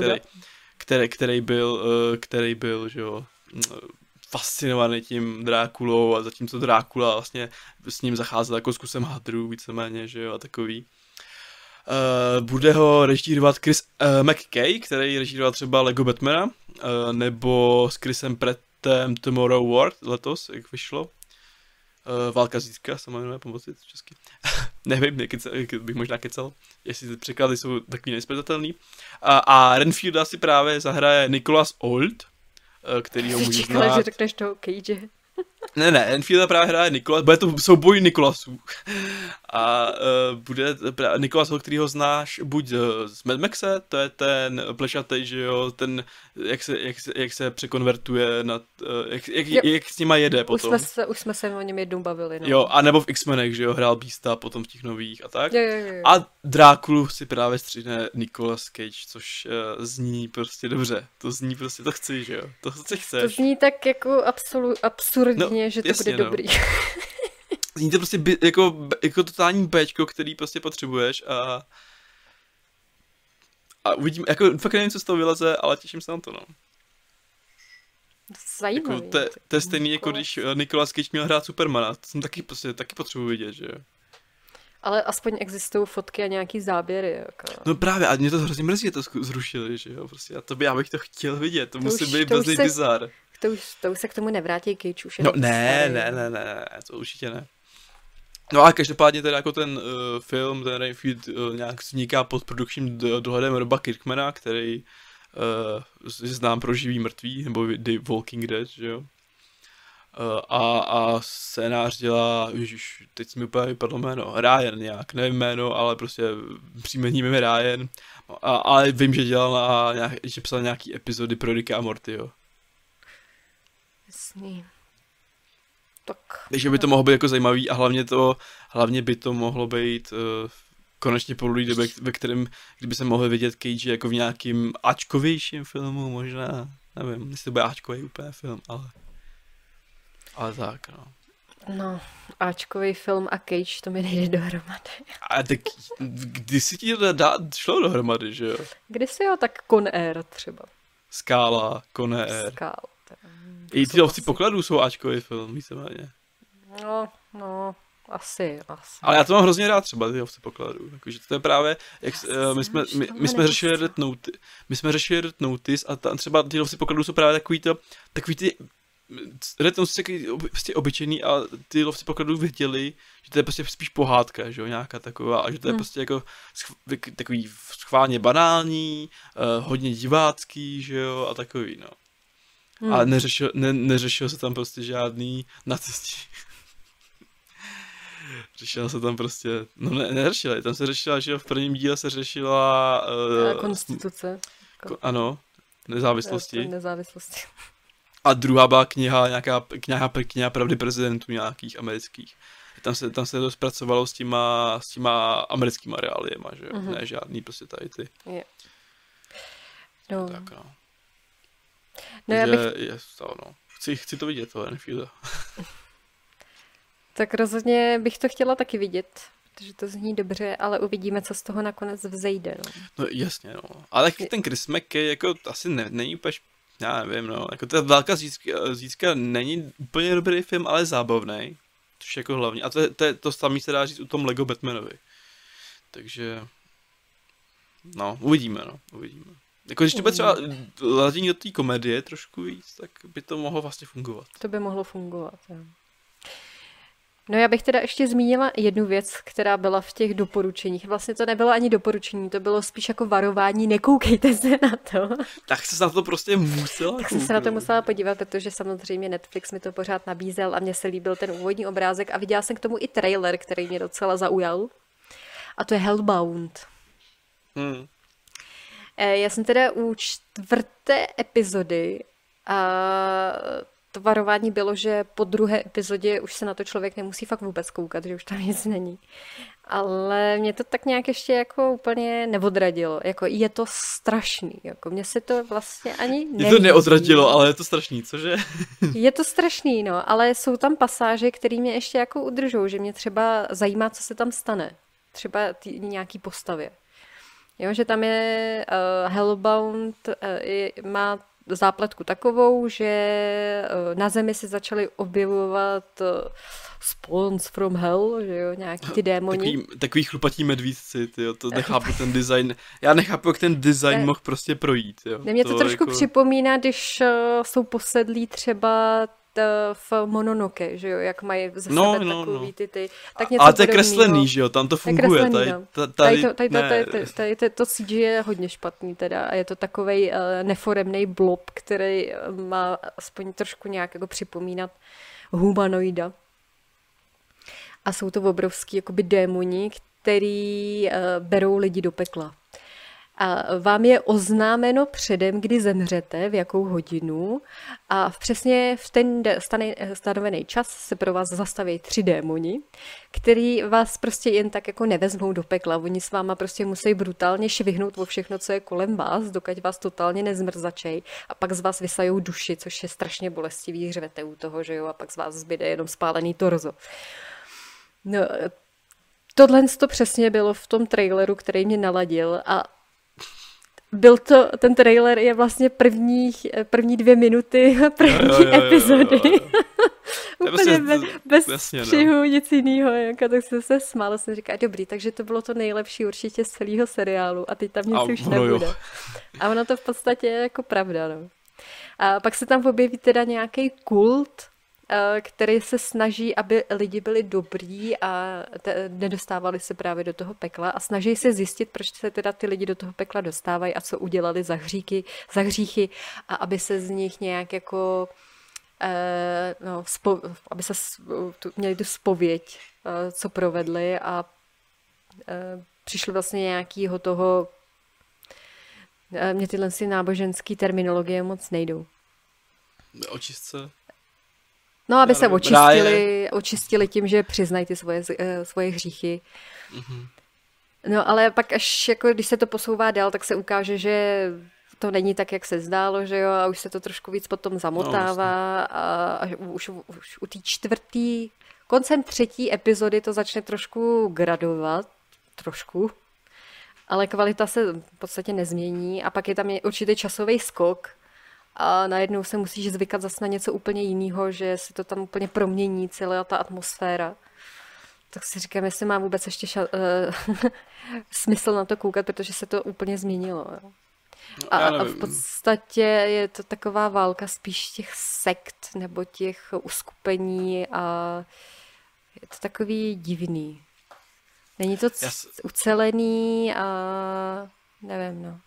který byl, že jo, fascinovaný tím Drákulou a zatímco Drákula vlastně s ním zacházel jako s kusem hadru víceméně, že jo, a takový. Bude ho režírovat Chris McKay, který režíroval třeba Lego Batmana, nebo s Chrisem Prattem Tomorrow War letos, jak vyšlo. Válka zítřka, se jmenuje, pomoci česky. Nevím, bych možná kecal, jestli ty překlady jsou takový nejspětatelný. A Renfielda si právě zahraje Nicholas Hoult, který ho může znát. Že řekneš toho Cage. Ne, Renfielda právě hraje Nicholas, bude to souboj Nicholasů. A bude Nicolas Hoult, který ho znáš buď z Mad Maxe, to je ten plešatej, že jo, ten, jak se překonvertuje, jak s nima jede potom. Už jsme se o něm jednou bavili. No. Jo, a nebo v X-Menech, že jo, hrál Beasta, potom v těch nových a tak. Jo. A Drákulu si právě stříhne Nicolas Cage, což zní prostě dobře. To zní prostě, to chci, že jo, to chceš. To zní tak jako absurdně, no, že to jasně, bude dobrý. Zní to prostě jako totální béčko, který prostě potřebuješ a uvidím, jako fakt nevím, co z toho vyleze, ale těším se na to, no. Zajímavý. Jako, to je stejný, jako když Nicolas Cage měl hrát Supermana, to jsem taky potřebuji vidět, že jo. Ale aspoň existují fotky a nějaký záběry. Jako. No právě, a mě to hrozně mrzí, že to zrušili, že jo, prostě já bych to chtěl vidět, to musí být hrozný bizar. To už se k tomu nevrátí Cage už. No ne, to určitě ne. No a každopádně teda jako ten film, ten Rainfield nějak vzniká pod produkčním dohledem Roba Kirkmana, který znám pro Živý mrtví, nebo The Walking Dead, že jo. A scénář dělá, ježiš, teď mi úplně vypadlo jméno, Ryan nějak, nevím jméno, ale prostě příjmení mi Ryan. Ale vím, že že psal nějaký epizody pro Ricka a Morty, jo. Jasný. Tak. Takže by to mohlo být jako zajímavý a hlavně by to mohlo být konečně po dlouhé době, ve kterém, kdyby se mohli vidět Cage jako v nějakým ačkovějším filmu, možná, nevím, jestli to bude ačkový úplně film, ale tak, no. No, ačkový film a Cage, to mi nejde dohromady. A tak kdy si ti to šlo dohromady, že jo? Kdysi jo, tak Con Air třeba. Skála, Con Air. Skála. I ty Lovci pokladů jsou ačkový film, víceméně. No, asi. Ale já to mám hrozně rád třeba, ty Lovci pokladů. Takže to je právě, jak my jsme řešili Red Notice a tam třeba ty Lovci pokladů jsou právě takový ty Red Notice prostě obyčejný a ty Lovci pokladů věděli, že to je prostě spíš pohádka, že jo, nějaká taková a že to je prostě jako takový schválně banální, hodně divácký, že jo, a takový, no. A neřešil se tam prostě žádný nacisti. Řešila se tam prostě, neřešila, tam se řešila, že v prvním díle se řešila konstituce. Ano, nezávislosti. Nezávislosti. A druhá byla kniha pravdy prezidentů nějakých amerických. Tam se to zpracovalo s těma americkýma reáliema, že jo, ne žádný prostě tady ty. Je. No. Tak no. No, Chci to vidět, to Renfielda. Tak rozhodně bych to chtěla taky vidět, protože to zní dobře, ale uvidíme, co z toho nakonec vzejde. No jasně, no. Ale ten Chris McKay jako asi není úplně, já nevím, no. Jako ta Válka zítřka není úplně dobrý film, ale zábavný. Což jako hlavně. A to samé se dá říct u tom Lego Batmanovi. Takže uvidíme. Jako když to bude třeba ladění do té komedie trošku víc, tak by to mohlo vlastně fungovat. To by mohlo fungovat, jo. No já bych teda ještě zmínila jednu věc, která byla v těch doporučeních. Vlastně to nebylo ani doporučení, to bylo spíš jako varování, nekoukejte se na to. Tak se na to prostě musela Tak jsem se na to musela podívat, protože samozřejmě Netflix mi to pořád nabízel a mně se líbil ten úvodní obrázek a viděla jsem k tomu i trailer, který mě docela zaujal. A to je Hellbound. Já jsem teda u 4. epizody a to varování bylo, že po 2. epizodě už se na to člověk nemusí fakt vůbec koukat, že už tam nic není. Ale mě to tak nějak ještě jako úplně neodradilo. Jako je to strašný. Jako mě se to vlastně ani nelíbí. Mě to neodradilo, ale je to strašný, cože? Je to strašný, no, ale jsou tam pasáže, které mě ještě jako udržou, že mě třeba zajímá, co se tam stane. Třeba nějaký postavě. Jo, že tam je Hellbound, má zápletku takovou, že na Zemi se začaly objevovat spawns from hell, že jo, nějaký ty démoni. Takový chlupatí medvídci, tyjo, to nechápu ten design. Já nechápu, jak ten design mohl prostě projít, jo. Mě to trošku jako připomíná, když jsou posedlí třeba v Mononoke, že jo, jak mají ze sebe takový ty, tak něco ale to je kreslený, že jo, tam to funguje. Tady to CG je hodně špatný teda a je to takovej neforemnej blob, který má aspoň trošku nějak jako připomínat humanoida. a jsou to obrovský jakoby démoni, který berou lidi do pekla. A vám je oznámeno předem, kdy zemřete, v jakou hodinu a přesně v ten stanovený čas se pro vás zastaví 3 démoni, který vás prostě jen tak jako nevezmou do pekla. Oni s váma prostě musí brutálně švihnout o všechno, co je kolem vás, dokud vás totálně nezmrzačej a pak z vás vysajou duši, což je strašně bolestivý, řvete u toho, že jo, a pak z vás zbyde jenom spálený torzo. No, tohle to přesně bylo v tom traileru, který mě naladil a ten trailer je vlastně první 2 minuty první epizody. Úplně bez střihu, nic jiného. Jako, tak jsem se smála, jsem říkala, dobrý, takže to bylo to nejlepší určitě z celého seriálu a teď tam nic už nebude. Jo. A ono to v podstatě je jako pravda. No. A pak se tam objeví teda nějaký kult, který se snaží, aby lidi byli dobrý a nedostávali se právě do toho pekla a snaží se zjistit, proč se teda ty lidi do toho pekla dostávají a co udělali za hříchy a aby se z nich nějak jako aby se měli tu zpověď, co provedli a přišli vlastně nějakýho toho mě tyhle náboženský terminologie moc nejdou. Očistce? No, aby se očistili tím, že přiznají ty svoje hříchy. Mm-hmm. No, ale pak až, jako, když se to posouvá dál, tak se ukáže, že to není tak, jak se zdálo, že jo, a už se to trošku víc potom zamotává a už u té koncem 3. epizody to začne trošku gradovat, ale kvalita se v podstatě nezmění a pak je tam určitý časový skok, a najednou se musíš zvykat zase na něco úplně jiného, že se to tam úplně promění, celá ta atmosféra. Tak si říkám, jestli má vůbec ještě smysl na to koukat, protože se to úplně změnilo. Jo. A v podstatě je to taková válka spíš těch sekt nebo těch uskupení a je to takový divný. Není to ucelený a nevím, no.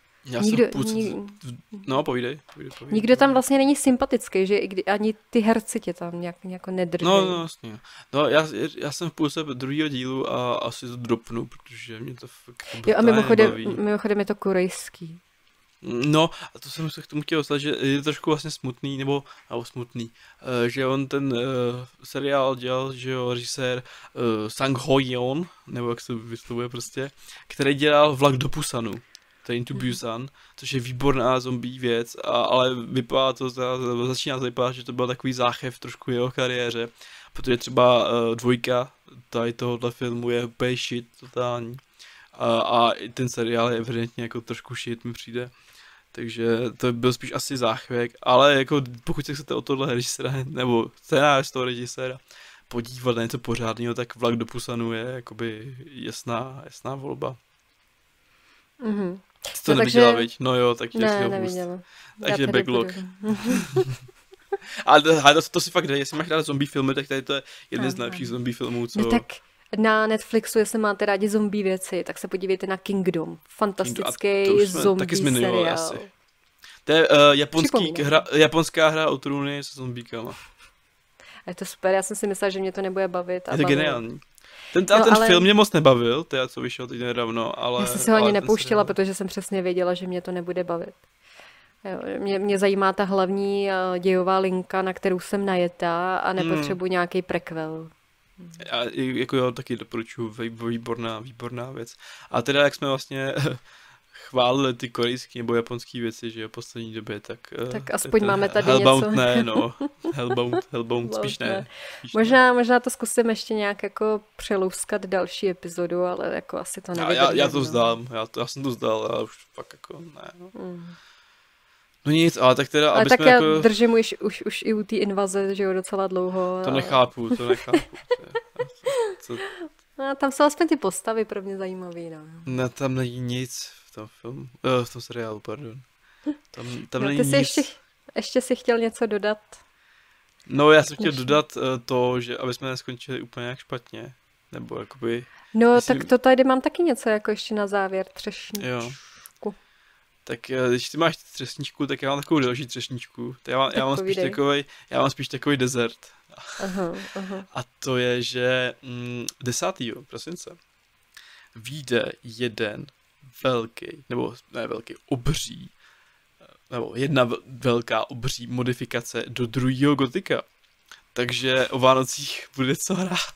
Povídej. Nikdo tam vlastně není sympatický, že ani ty herci tě tam nějak nedrží. No, jasně. No, já jsem v půlce 2. dílu a asi to dropnu, protože mě to fakt jo, a mimochodem je to korejský. No, a to jsem se k tomu chtěl dostat, že je trošku vlastně smutný, nebo smutný, že on ten seriál dělal, že jo, režisér Sang Ho-yeon, nebo jak se vyslovuje prostě, který dělal Vlak do Pusanu. Train to Busan, což je výborná zombie věc, ale začíná to vypadat, že to byl takový záchev trošku jeho kariéře, protože třeba 2 tady tohohle filmu je úplně shit totální a ten seriál je evidentně jako trošku shit mi přijde, takže to byl spíš asi záchvěk, ale jako pokud se chcete o tohle režiséra nebo scénář toho režiséra podívat na něco pořádného, tak Vlak do Pusanu je jakoby jasná volba. Mhm. Jsi to neviděla, viď? No jo, tak ne, neviděla. Takže backlog. Ale to si fakt dej, jestli máš rád zombie filmy, tak tady to je jeden z nejlepších zombie filmů, co... No tak na Netflixu, jestli máte rádi zombie věci, tak se podívejte na Kingdom. Fantastický zombie seriál. Asi. To je japonská hra o trůny se zombíkama. Je to super, já jsem si myslela, že mě to nebude bavit. Je to geniální. Ten film mě moc nebavil, co vyšel teď nedávno, ale... Já jsem si ho ani nepouštěla, protože jsem přesně věděla, že mě to nebude bavit. Jo, mě zajímá ta hlavní dějová linka, na kterou jsem najetá a nepotřebuji nějaký prequel. Já jako taky doporučuji, výborná věc. A teda, jak jsme vlastně chválili ty korejské nebo japonské věci, že v poslední době, tak aspoň máme tady Hellbound něco. Ne, no. Hellbound spíš ne. Možná to zkusím ještě nějak jako přelouskat další epizodu, ale jako asi to nevydržím. Já to vzdám, já jsem to vzdal, ale už fakt jako ne. No. No nic, ale tak teda, ale tak já jako... držím už i u té invaze, že jo, docela dlouho. To nechápu. No, tam jsou aspoň ty postavy pro mě zajímavý, no. Ne, tam není nic v tom filmu, v tom seriálu, pardon. Tam není ty nic. Ještě si chtěl něco dodat? No, já jsem chtěl dodat to, že aby jsme neskončili úplně jak špatně, nebo jakoby... No, tak to tady mám taky něco jako ještě na závěr, třešničku. Jo. Tak když ty máš třesničku, tak já mám takovou další třesničku. Já mám spíš takový desert. Aha. A to je, že 10. prosince vyjde jeden velký, nebo ne velký, obří, nebo jedna velká obří modifikace do druhého Gotika. Takže o Vánocích bude co hrát.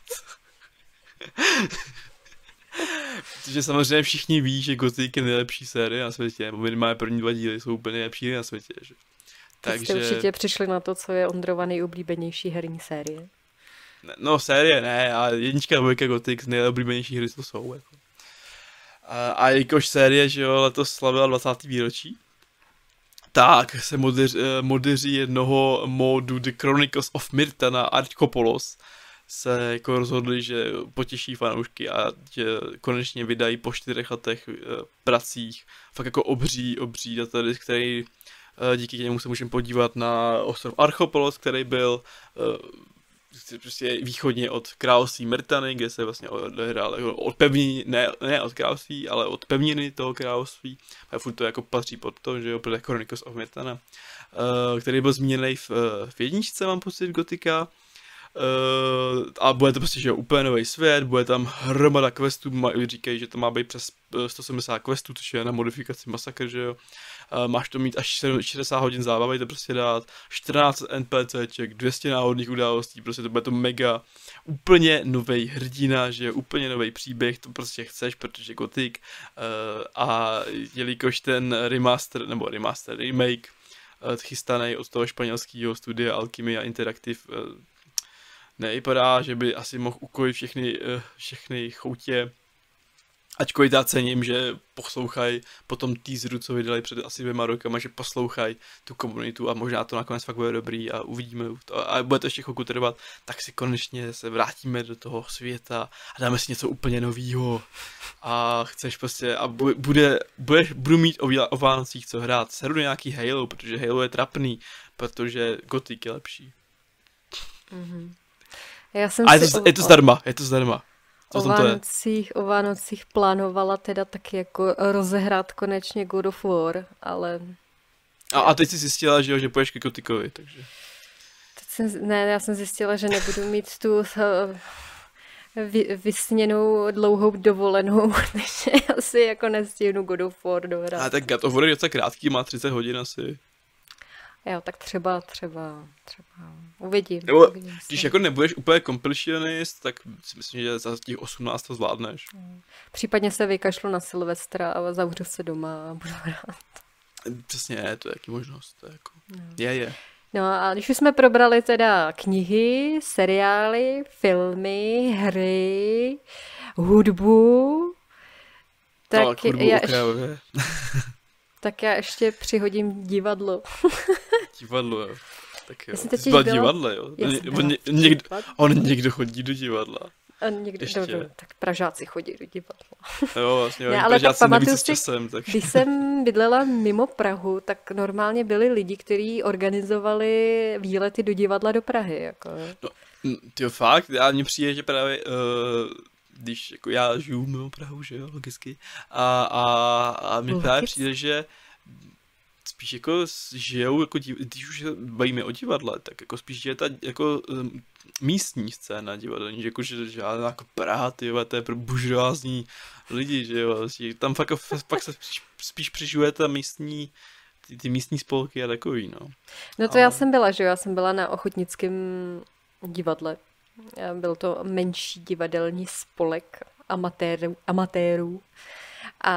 Protože samozřejmě všichni ví, že Gothic je nejlepší série na světě, nebo minimálně první 2 díly jsou úplně nejlepší na světě. Že? Takže jste určitě přišli na to, co je Ondrova nejoblíbenější herní série. No série ne, ale 1 a 2 Gothic nejoblíbenější hry to jsou. Jako. A jakož série, že jo, letos slavila 20. výročí, tak se modeři jednoho módu The Chronicles of Myrtana a Archopolos se jako rozhodli, že potěší fanoušky a že konečně vydají po 4 letech pracích fakt jako obří datadisk, který díky němu se můžeme podívat na ostrov Archopolos, který byl prostě východně od království Myrtany, kde se vlastně odehrál od pevniny, ne od království, ale od pevniny toho království. A furt to jako patří pod to, že jo, protože Chronicles of Myrtana, který byl zmíněný v 1, mám pocit, Gotika. A bude to prostě, že jo, úplně nový svět, bude tam hromada questů, říkají, že to má být přes 170 questů, což je na modifikaci masakr, že jo. Máš to mít až 60 hodin zábavy, to prostě dát 14 NPCček, 200 náhodných událostí, prostě to bude to mega, úplně novej hrdina, že jo, úplně nový příběh, to prostě chceš, protože Gothic, a jelikož ten remake, chystaný od toho španělského studia Alchemia Interactive, nevypadá, že by asi mohl ukojit všechny choutě. Ačkoliv já cením, že poslouchají po tom teaseru, co vydali před asi 2 rokama, že poslouchají tu komunitu a možná to nakonec fakt bude dobrý a uvidíme a bude to ještě chvilku trvat, tak si konečně se vrátíme do toho světa a dáme si něco úplně novýho a chceš prostě a budu mít o Vánocích co hrát. Seru nějaký Halo, protože Halo je trapný, protože Gothic je lepší. Mm-hmm. Je to zdarma. O Vánocích plánovala teda taky jako rozehrát konečně God of War, ale... A teď jsi zjistila, že půjdeš ke Gotikovi, takže... Já jsem zjistila, že nebudu mít tu vysněnou dlouhou dovolenou, takže asi jako nestihnu God of War dohrát. A tak God of War je docela krátký, má 30 hodin asi. Jo, tak třeba uvidím. Nebo když jako nebudeš úplně completionist, tak si myslím, že za těch 18 to zvládneš. Případně se vykašlu na Silvestra a zavřu se doma a budu hrát. Přesně, to je jaký možnost. To je jako... Je. No a když už jsme probrali teda knihy, seriály, filmy, hry, hudbu, tak tak já ještě přihodím divadlo. Divadlo, jo. Tak jo. Ty jsi byla divadlo, jo. Někdo chodí do divadla. A někdo, tak Pražáci chodí do divadla. Jo, vlastně, ne, ale Pražáci nevíc s časem. Tak... Když jsem bydlela mimo Prahu, tak normálně byli lidi, kteří organizovali výlety do divadla do Prahy. Jako. No, tyjo, fakt, mně přijde, že právě... když jako já žiju mimo Prahu, že jo, logicky, a mi právě přijde, že spíš jako žijou, jako když už bavíme o divadle, tak jako spíš je ta jako místní scéna divadelní, jako že žádná jako Praha, tyjo, to je pro buržoázní lidi, že jo, tam fakt se spíš přežuje ta místní, ty místní spolky a takový, no. No to já jsem byla, že jo, já jsem byla na Ochotnickém divadle. Byl to menší divadelní spolek amatérů a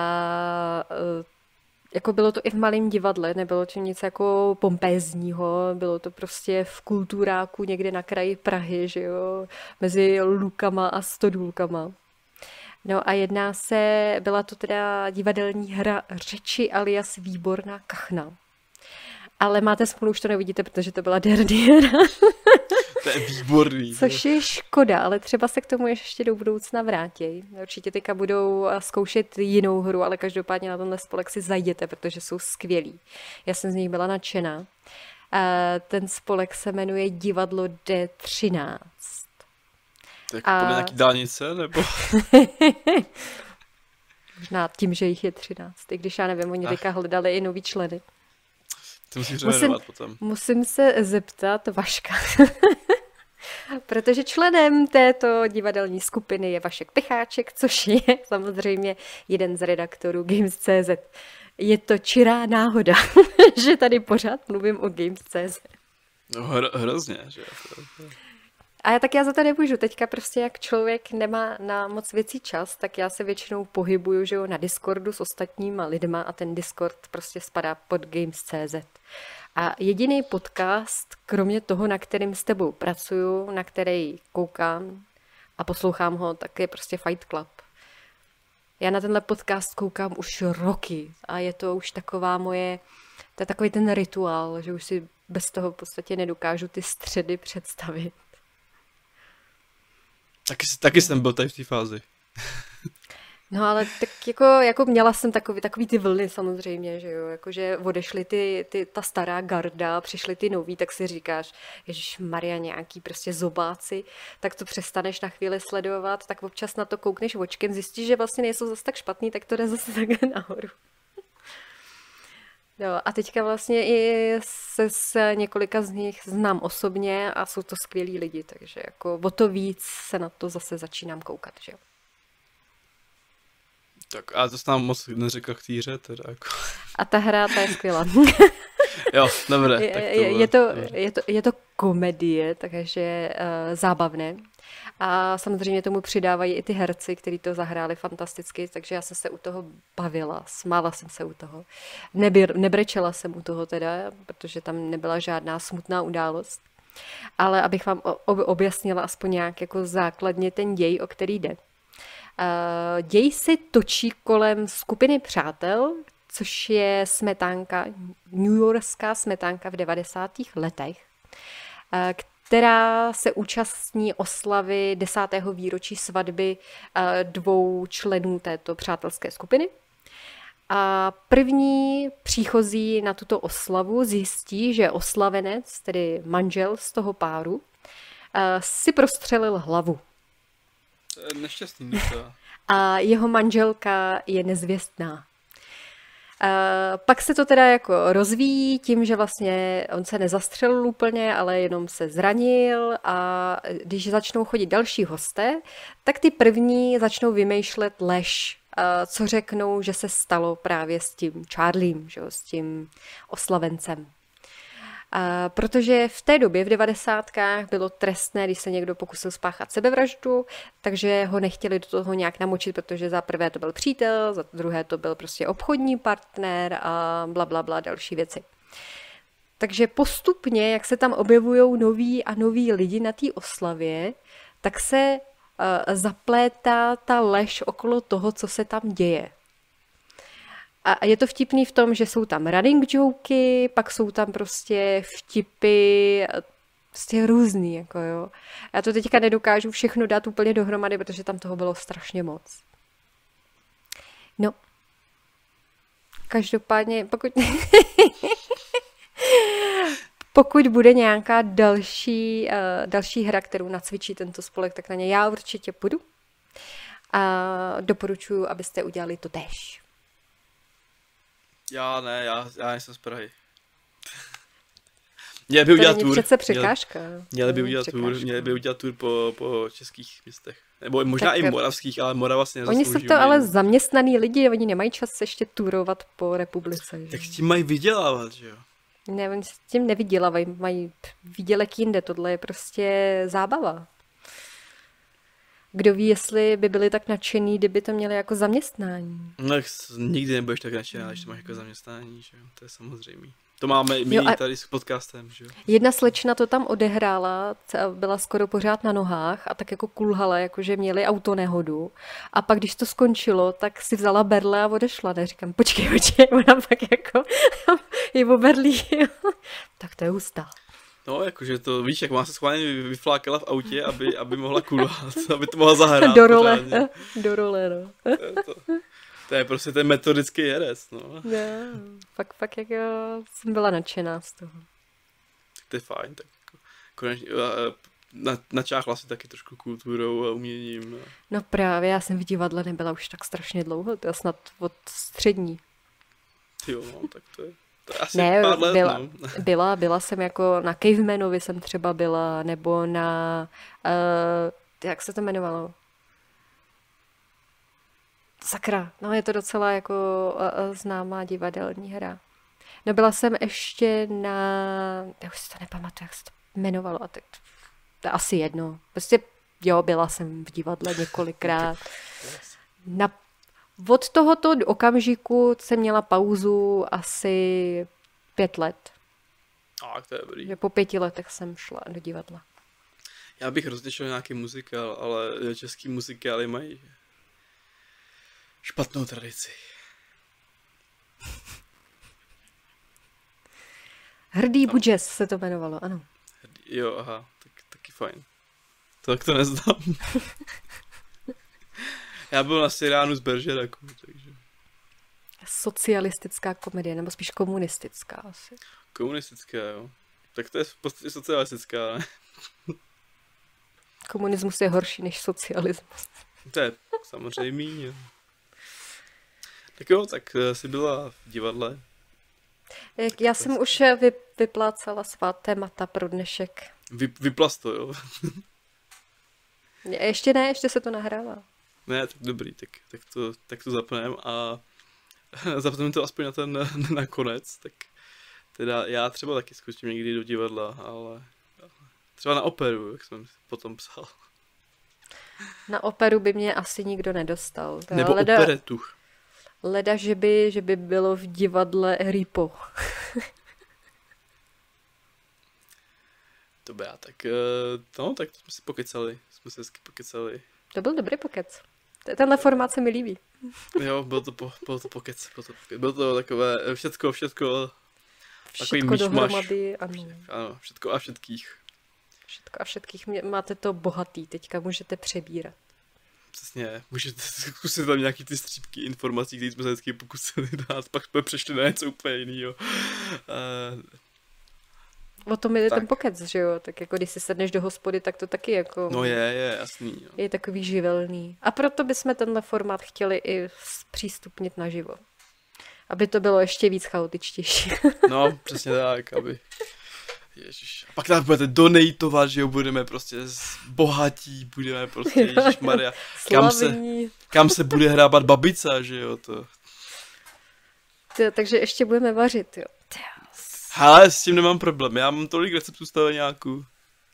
jako bylo to i v malém divadle, nebylo to nic jako pompézního, bylo to prostě v kulturáku někde na kraji Prahy, že jo, mezi Lukama a Stodůlkama. No a byla to teda divadelní hra Řeči alias Výborná kachna. Ale máte smůlu, už to nevidíte, protože to byla D&D hra. To je výborný. Což je škoda, ale třeba se k tomu ještě do budoucna vrátí. Určitě teďka budou zkoušet jinou hru, ale každopádně na tenhle spolek si zajděte, protože jsou skvělí. Já jsem z nich byla nadšená. Ten spolek se jmenuje Divadlo D13. Tak podle nějaký dálnice, nebo? Možná tím, že jich je 13. I když já nevím, oni teďka hledali i nový členy. To musím potom. Musím se zeptat Vaška. Protože členem této divadelní skupiny je Vašek Pecháček, což je samozřejmě jeden z redaktorů Games.cz. Je to čirá náhoda, že tady pořád mluvím o Games.cz. No hrozně, že? A tak já za to nemůžu. Teďka prostě jak člověk nemá na moc věcí čas, tak já se většinou pohybuju, že jo, na Discordu s ostatníma lidma a ten Discord prostě spadá pod Games.cz. A jediný podcast, kromě toho, na kterým s tebou pracuju, na který koukám a poslouchám ho, tak je prostě Fight Club. Já na tenhle podcast koukám už roky a je to už taková moje, to je takový ten rituál, že už si bez toho v podstatě nedokážu ty středy představit. Taky jsem byl tady v té fázi. No ale tak jako měla jsem takový ty vlny samozřejmě, že jo, jakože odešly ta stará garda, přišly ty nový, tak si říkáš, ježišmarja, nějaký prostě zobáci, tak to přestaneš na chvíli sledovat, tak občas na to koukneš očkem, zjistíš, že vlastně nejsou zase tak špatný, tak to jde zase takhle nahoru. No a teďka vlastně i s několika z nich znám osobně a jsou to skvělí lidi, takže jako o to víc se na to zase začínám koukat, že jo. Tak a to jsi nám moc neřekla k té hře teda jako. A ta hra, ta je skvělá. Jo, dobré. Je to komedie, takže zábavné. A samozřejmě tomu přidávají i ty herci, kteří to zahráli fantasticky, takže já jsem se u toho bavila, smála jsem se u toho. Nebrečela jsem u toho teda, protože tam nebyla žádná smutná událost. Ale abych vám objasnila aspoň nějak jako základně ten děj, o který jde. Děj se točí kolem skupiny přátel, což je smetánka, newyorská smetánka v 90. letech, která se účastní oslavy 10. výročí svatby 2 členů této přátelské skupiny. A první příchozí na tuto oslavu zjistí, že oslavenec, tedy manžel z toho páru, si prostřelil hlavu. Nešťastný to. A jeho manželka je nezvěstná. Pak se to teda jako rozvíjí tím, že vlastně on se nezastřelil úplně, ale jenom se zranil a když začnou chodit další hosté, tak ty první začnou vymýšlet lež, co řeknou, že se stalo právě s tím Charliem, že, s tím oslavencem. Protože v té době, v 90kách, bylo trestné, když se někdo pokusil spáchat sebevraždu, takže ho nechtěli do toho nějak namočit, protože za prvé to byl přítel, za druhé to byl prostě obchodní partner a blablabla další věci. Takže postupně, jak se tam objevují noví a noví lidi na té oslavě, tak se zaplétá ta lež okolo toho, co se tam děje. A je to vtipný v tom, že jsou tam running joky, pak jsou tam prostě vtipy, prostě různý, jako jo. Já to teďka nedokážu všechno dát úplně dohromady, protože tam toho bylo strašně moc. No. Každopádně, pokud bude nějaká další hra, kterou nacvičí tento spolek, tak na ně já určitě půjdu. A doporučuji, abyste udělali to též. Já nejsem z Prahy. Měli by udělat tour. Přece překážka. Měli by udělat tour po českých městech. Nebo možná tak, i moravských, ale Morava si nezaslouží. Oni jsou to ale zaměstnaný lidi, oni nemají čas ještě turovat po republice. Že? Tak s tím mají vydělávat, že jo? Ne, oni s tím nevydělávají, mají výdělek jinde, tohle je prostě zábava. Kdo ví, jestli by byli tak nadšený, kdyby to měli jako zaměstnání. No, nikdy nebudeš tak nadšená, když to máš jako zaměstnání, že jo? To je samozřejmé. To máme my tady s podcastem, že jo? Jedna slečna to tam odehrála, byla skoro pořád na nohách a tak jako kulhala, jakože měli autonehodu. A pak, když to skončilo, tak si vzala berle a odešla. Neříkám, počkej, ona pak jako je oberlí. Tak to je hustá. No, jakože to, víš, jak má se schválně vyflákala v autě, aby mohla kulhat, aby to mohla zahrát. Do role, no. To je prostě ten metodický herec, no. No, fakt jako jsem byla nadšená z toho. Tak to je fajn, tak konečně, načáchla si taky trošku kulturou a uměním. No právě, já jsem v divadle nebyla už tak strašně dlouho, to je snad od střední. Jo, no, tak to je asi Ne, pár let, byla jsem jako na Cavemanovi jsem třeba byla, nebo na, jak se to jmenovalo? Sakra, no je to docela jako známá divadelní hra. No byla jsem ještě na, já už si to nepamatuju, jak se to jmenovalo, a tak to je asi jedno. Prostě jo, byla jsem v divadle několikrát. Od tohoto okamžiku jsem měla pauzu asi 5 let. A to je dobrý. Že po 5 letech jsem šla do divadla. Já bych rozlišil nějaký muzikál, ale český muzikály mají špatnou tradici. Hrdý Budžes se to jmenovalo, ano. Jo, aha, taky fajn. Tak to neznám. Já byl na Siránu z Bergeracu, takže... Socialistická komedie, nebo spíš komunistická asi. Komunistická, jo. Tak to je v podstatě socialistická, ne? Komunismus je horší než socialismus. To je samozřejmě. Tak jo, tak jsi byla v divadle. Já jsem už vyplácala svá témata pro dnešek. Vyplas to, jo? Ještě ne, ještě se to nahrává. Ne, tak dobrý, tak to zapneme a zapneme to aspoň na ten nakonec, tak teda já třeba taky zkusím někdy do divadla, ale třeba na operu, jak jsem potom psal. Na operu by mě asi nikdo nedostal. Nebo operetu. Leda, že by bylo v divadle Ripo. Dobrá, tak tak jsme si pokecali, jsme se hezky pokecali. To byl dobrý pokec. Tenhle formát se mi líbí. Jo, byl to pokec. Bylo to takové všecko takový dohromady, ano. Ano, všetko a všetkých. Všetko a všetkých. Máte to bohatý, teďka můžete přebírat. Přesně, můžete zkusit tam nějaký ty střípky informací, které jsme se vždycky pokusili dát, pak jsme přešli na něco úplně jinýho. O tom je ten pokec, že jo? Tak jako když si sedneš do hospody, tak to taky jako... No je, jasný. Jo. Je takový živelný. A proto bychom tenhle formát chtěli i zpřístupnit naživo. Aby to bylo ještě víc chaotičtější. No, přesně tak, aby... Ježiš. Pak nám budete donatovat, že jo, budeme prostě bohatí, budeme prostě, ježišmarja. Kam se bude hrábat babica, že jo, to... Takže ještě budeme vařit, jo. Hele, s tím nemám problém, já mám tolik receptů staveňáků.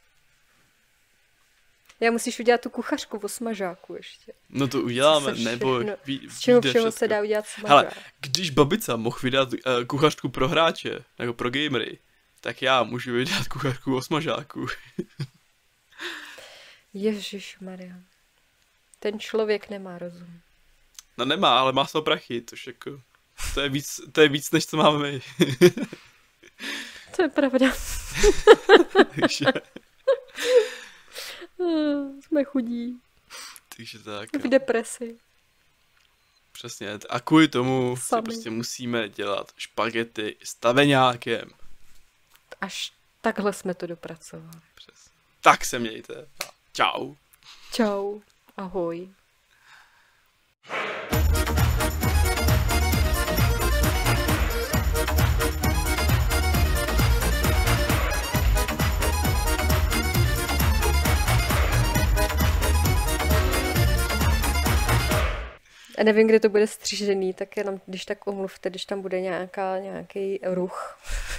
Já musíš udělat tu kuchařku o smažáku ještě. No to uděláme, nebo... Z čeho všeho se dá udělat smažák? Hele, když babica mohl vydat kuchařku pro hráče, nebo pro gamery, tak já můžu vydat kuchařku o smažáku. Ježišmarja. Ten člověk nemá rozum. No nemá, ale má svou prachy, tož jako... To je víc, než co máme my. To je pravda. Takže... Jsme chudí. Takže tak. V depresi. Přesně. A kvůli tomu si prostě musíme dělat špagety s taveňákem. Až takhle jsme to dopracovali. Přesně. Tak se mějte. Čau. Čau. Ahoj. A nevím, kde to bude střížený, tak jenom když tak omluvte, když tam bude nějaký ruch.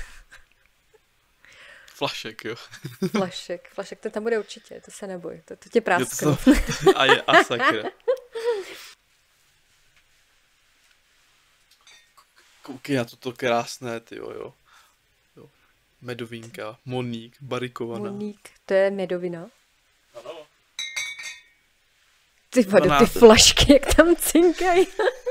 Flašek, jo. Flašek, ten tam bude určitě, to se neboj, to tě prásknu. A sakra. Koukej na toto krásné, ty jo. Medovínka, Moník, barikovaná. Moník, to je medovina. Ano. Ty vado, ty flašky, jak tam cinkají.